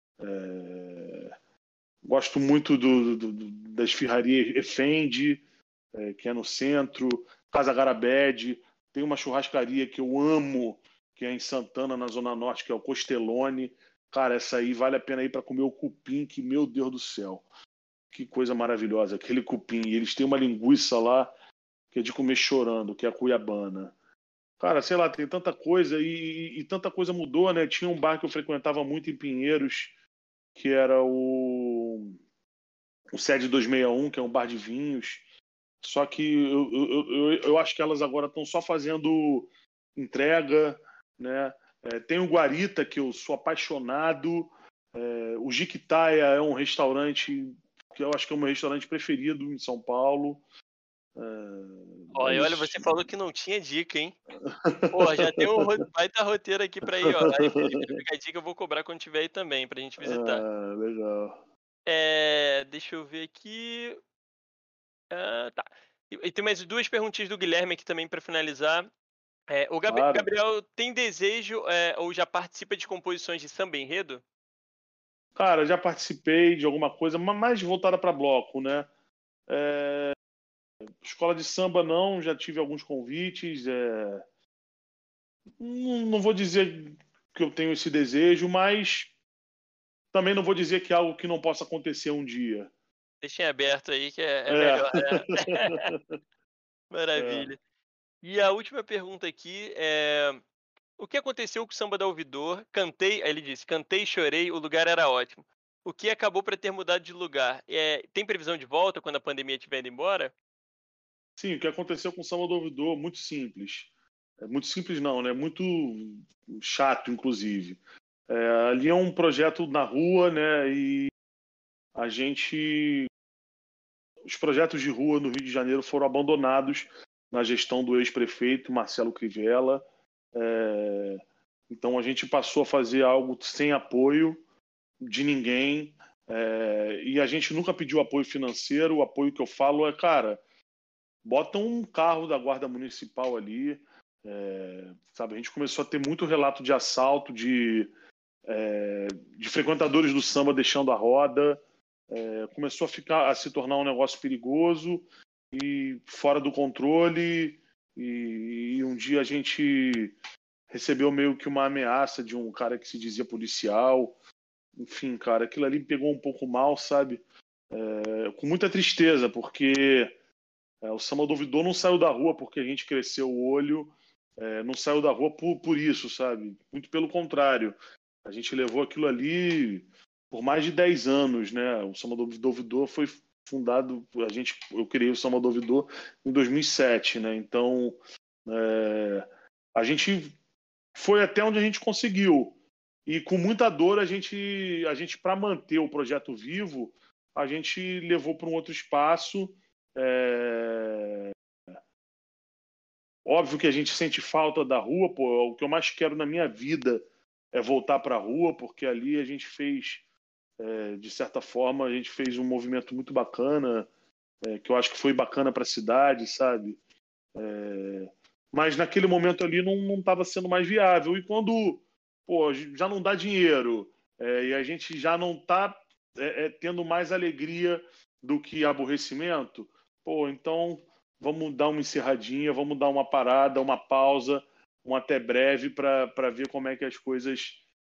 Gosto muito da esfirraria Efendi, que é no centro, Casa Garabed. Tem uma churrascaria que eu amo, que é em Santana, na Zona Norte, que é o Costelone. Cara, essa aí vale a pena ir para comer o cupim, que, meu Deus do céu, que coisa maravilhosa, aquele cupim. E eles têm uma linguiça lá que é de comer chorando, que é a cuiabana. Cara, sei lá, tem tanta coisa e tanta coisa mudou, né? Tinha um bar que eu frequentava muito em Pinheiros, que era o Sede 261, que é um bar de vinhos. Só que eu acho que elas agora estão só fazendo entrega, né? Tem o Guarita, que eu sou apaixonado. O Jiquitaia é um restaurante que eu acho que é o meu restaurante preferido em São Paulo. Olha, você falou que não tinha dica, hein? Pô, já tem um baita roteiro aqui pra ir, ó. Aí, Felipe, fica a dica, eu vou cobrar quando tiver aí também, pra gente visitar. Legal. Deixa eu ver aqui. Tá. E tem mais duas perguntinhas do Guilherme aqui também pra finalizar. O Claro. Gabriel tem desejo ou já participa de composições de samba enredo? Cara, já participei de alguma coisa, mas mais voltada para bloco, né? Escola de samba não, já tive alguns convites. Não vou dizer que eu tenho esse desejo, mas também não vou dizer que é algo que não possa acontecer um dia. Deixem aberto aí que é É. melhor. É. Maravilha. E a última pergunta aqui é: o que aconteceu com o samba da Ouvidor? Cantei, aí ele disse, cantei e chorei, o lugar era ótimo. O que acabou para ter mudado de lugar? Tem previsão de volta quando a pandemia estiver indo embora? Sim, o que aconteceu com o Samba do Ouvidor, muito simples. Muito simples não, né? Muito chato, inclusive. Ali é um projeto na rua, né? E a gente... Os projetos de rua no Rio de Janeiro foram abandonados na gestão do ex-prefeito Marcelo Crivella. Então a gente passou a fazer algo sem apoio de ninguém, e a gente nunca pediu apoio financeiro. O apoio que eu falo é, cara, bota um carro da guarda municipal ali, sabe? A gente começou a ter muito relato de assalto, de frequentadores do samba deixando a roda. Começou a se tornar um negócio perigoso e fora do controle. E um dia a gente recebeu meio que uma ameaça de um cara que se dizia policial. Enfim, cara, aquilo ali pegou um pouco mal, sabe? Com muita tristeza, porque o Samba do Ouvidor não saiu da rua porque a gente cresceu o olho, não saiu da rua por isso, sabe? Muito pelo contrário. A gente levou aquilo ali por mais de 10 anos, né? O Samba do Ouvidor foi fundado, eu criei o Samba do Ouvidor em 2007, né? Então, a gente foi até onde a gente conseguiu. E com muita dor, a gente para manter o projeto vivo, a gente levou para um outro espaço. Óbvio que a gente sente falta da rua, pô. O que eu mais quero na minha vida é voltar para a rua, porque ali a gente fez, de certa forma, a gente fez um movimento muito bacana, que eu acho que foi bacana para a cidade, sabe? Mas naquele momento ali não estava sendo mais viável. E quando, pô, já não dá dinheiro, e a gente já não está tendo mais alegria do que aborrecimento, pô, então vamos dar uma encerradinha, vamos dar uma parada, uma pausa, um até breve para ver como é que as coisas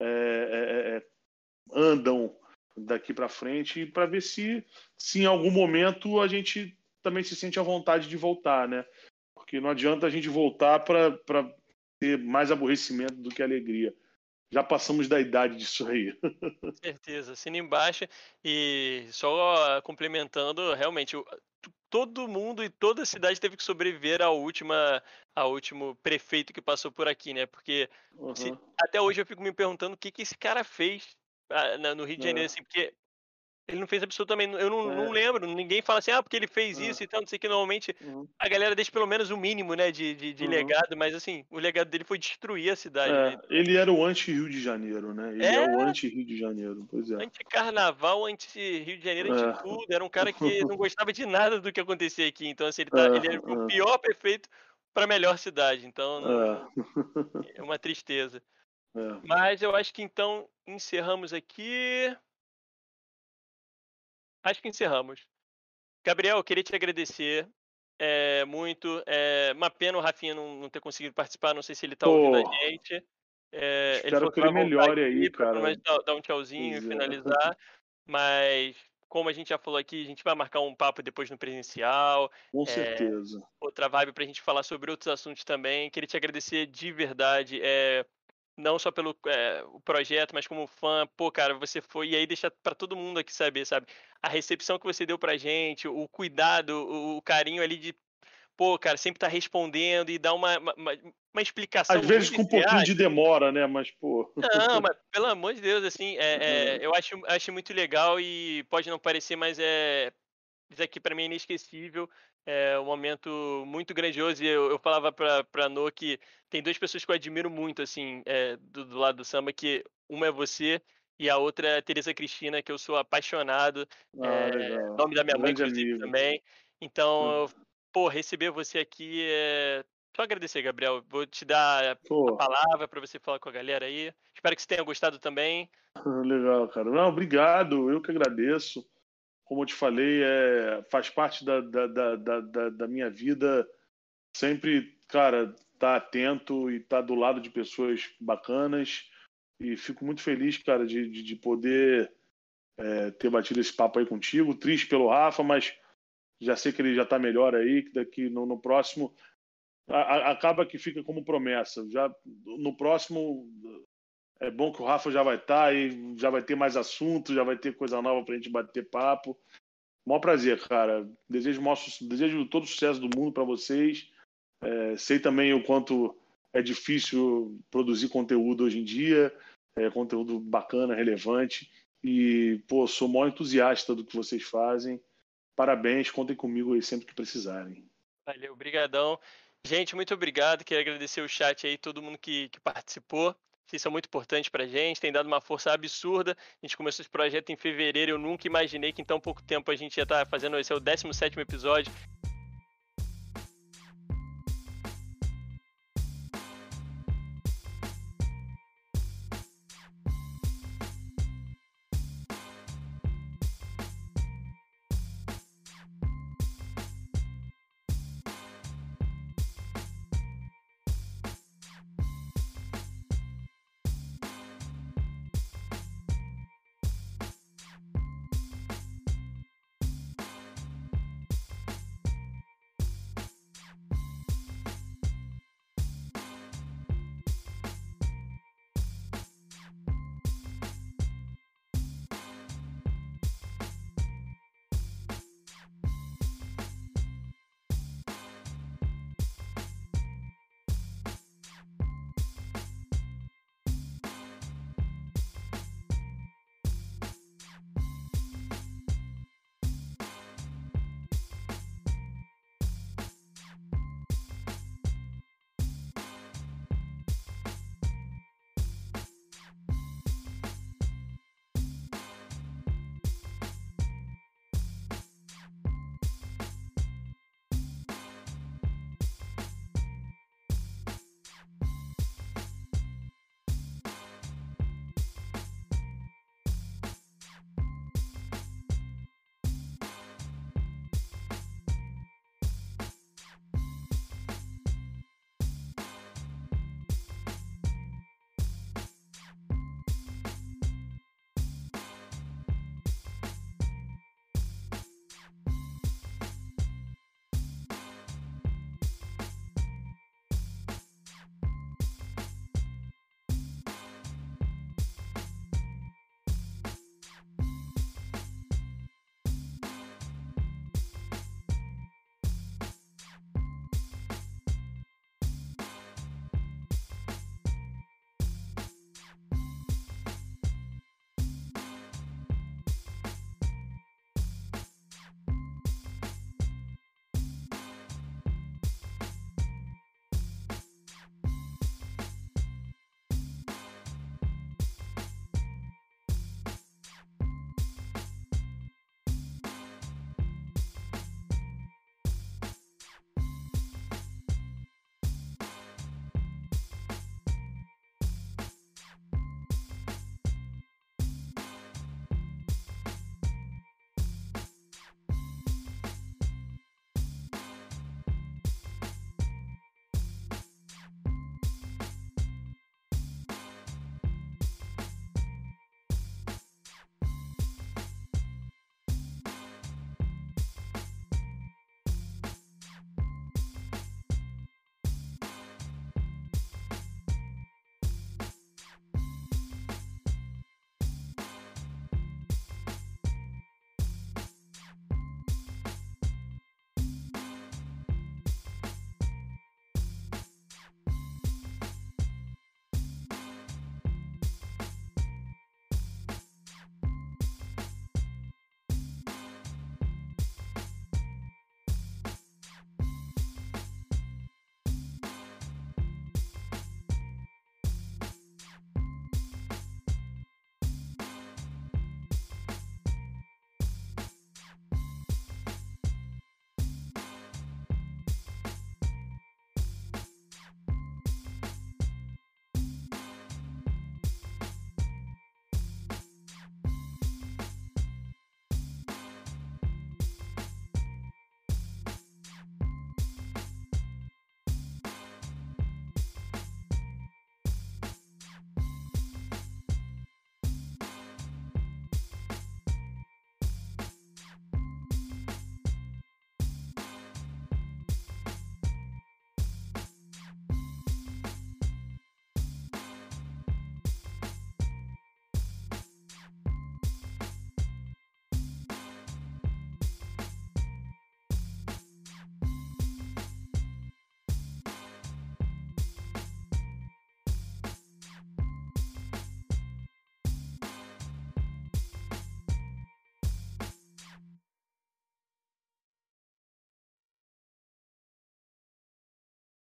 andam daqui para frente e para ver se em algum momento a gente também se sente à vontade de voltar, né? Porque não adianta a gente voltar para ter mais aborrecimento do que alegria. já passamos da idade disso aí. Com certeza, assina embaixo. E só complementando, realmente, todo mundo e toda a cidade teve que sobreviver ao último prefeito que passou por aqui, né? Porque Uhum. até hoje eu fico me perguntando o que esse cara fez no Rio de Janeiro, assim, porque ele não fez absolutamente. Eu não lembro, ninguém fala assim, porque ele fez isso e tal, não sei o que. Normalmente Uhum. a galera deixa pelo menos o mínimo, né, de legado, mas assim, o legado dele foi destruir a cidade, né? Ele era o anti-Rio de Janeiro, né? Ele é É, o anti-Rio de Janeiro, pois é. anti-carnaval, anti-Rio de Janeiro, anti-tudo. Era um cara que não gostava de nada do que acontecia aqui. Então, assim, ele era o pior prefeito para a melhor cidade. Então, é uma tristeza. Mas eu acho que então encerramos aqui. Acho que encerramos. Gabriel, eu queria te agradecer muito. Uma pena o Rafinha não ter conseguido participar. Não sei se ele está ouvindo a Pô, gente. Ele espero falou que que ele vai voltar melhore aqui aí, para pelo cara. menos dar um tchauzinho e Pois é. finalizar. Mas, como a gente já falou aqui, a gente vai marcar um papo depois no presencial. Com certeza. Outra vibe para a gente falar sobre outros assuntos também. Queria te agradecer de verdade. Não só pelo o projeto, mas como fã. Pô, cara, você foi. E aí, deixa para todo mundo aqui saber, sabe? A recepção que você deu pra gente, o cuidado, o carinho ali de. Pô, cara, sempre tá respondendo e dar uma explicação Às vezes muito com um entre pouquinho de aspas. demora, né? Mas, pô. Não, mas pelo amor de Deus, assim, eu acho muito legal e pode não parecer, mas isso aqui pra mim é inesquecível. É um momento muito grandioso. E eu falava pra No que tem duas pessoas que eu admiro muito, assim, do lado do samba, que uma é você e a outra é a Tereza Cristina, que eu sou apaixonado. Legal. Nome da minha mãe, Grande inclusive, amigo. também. Então, pô, receber você aqui só agradecer, Gabriel. Vou te dar a Pô, palavra para você falar com a galera aí. Espero que você tenha gostado também. legal, cara. Não, obrigado. Eu que agradeço. Como eu te falei, faz parte da minha vida sempre, cara, tá atento e tá do lado de pessoas bacanas. E fico muito feliz, cara, de poder ter batido esse papo aí contigo. Triste pelo Rafa, mas já sei que ele já tá melhor aí, que daqui no próximo acaba que fica como promessa. Já no próximo é bom que o Rafa já vai estar e já vai ter mais assunto, já vai ter coisa nova pra gente bater papo. Maior prazer, cara. Desejo todo o sucesso do mundo para vocês. Sei também o quanto é difícil produzir conteúdo hoje em dia, conteúdo bacana, relevante. E, pô, sou o maior entusiasta do que vocês fazem. Parabéns, contem comigo aí sempre que precisarem. Valeu, brigadão. Gente, muito obrigado. Queria agradecer o chat aí, todo mundo que participou. Vocês são muito importantes pra gente, tem dado uma força absurda. A gente começou esse projeto em fevereiro, eu nunca imaginei que em tão pouco tempo a gente ia estar fazendo, esse é o 17º episódio.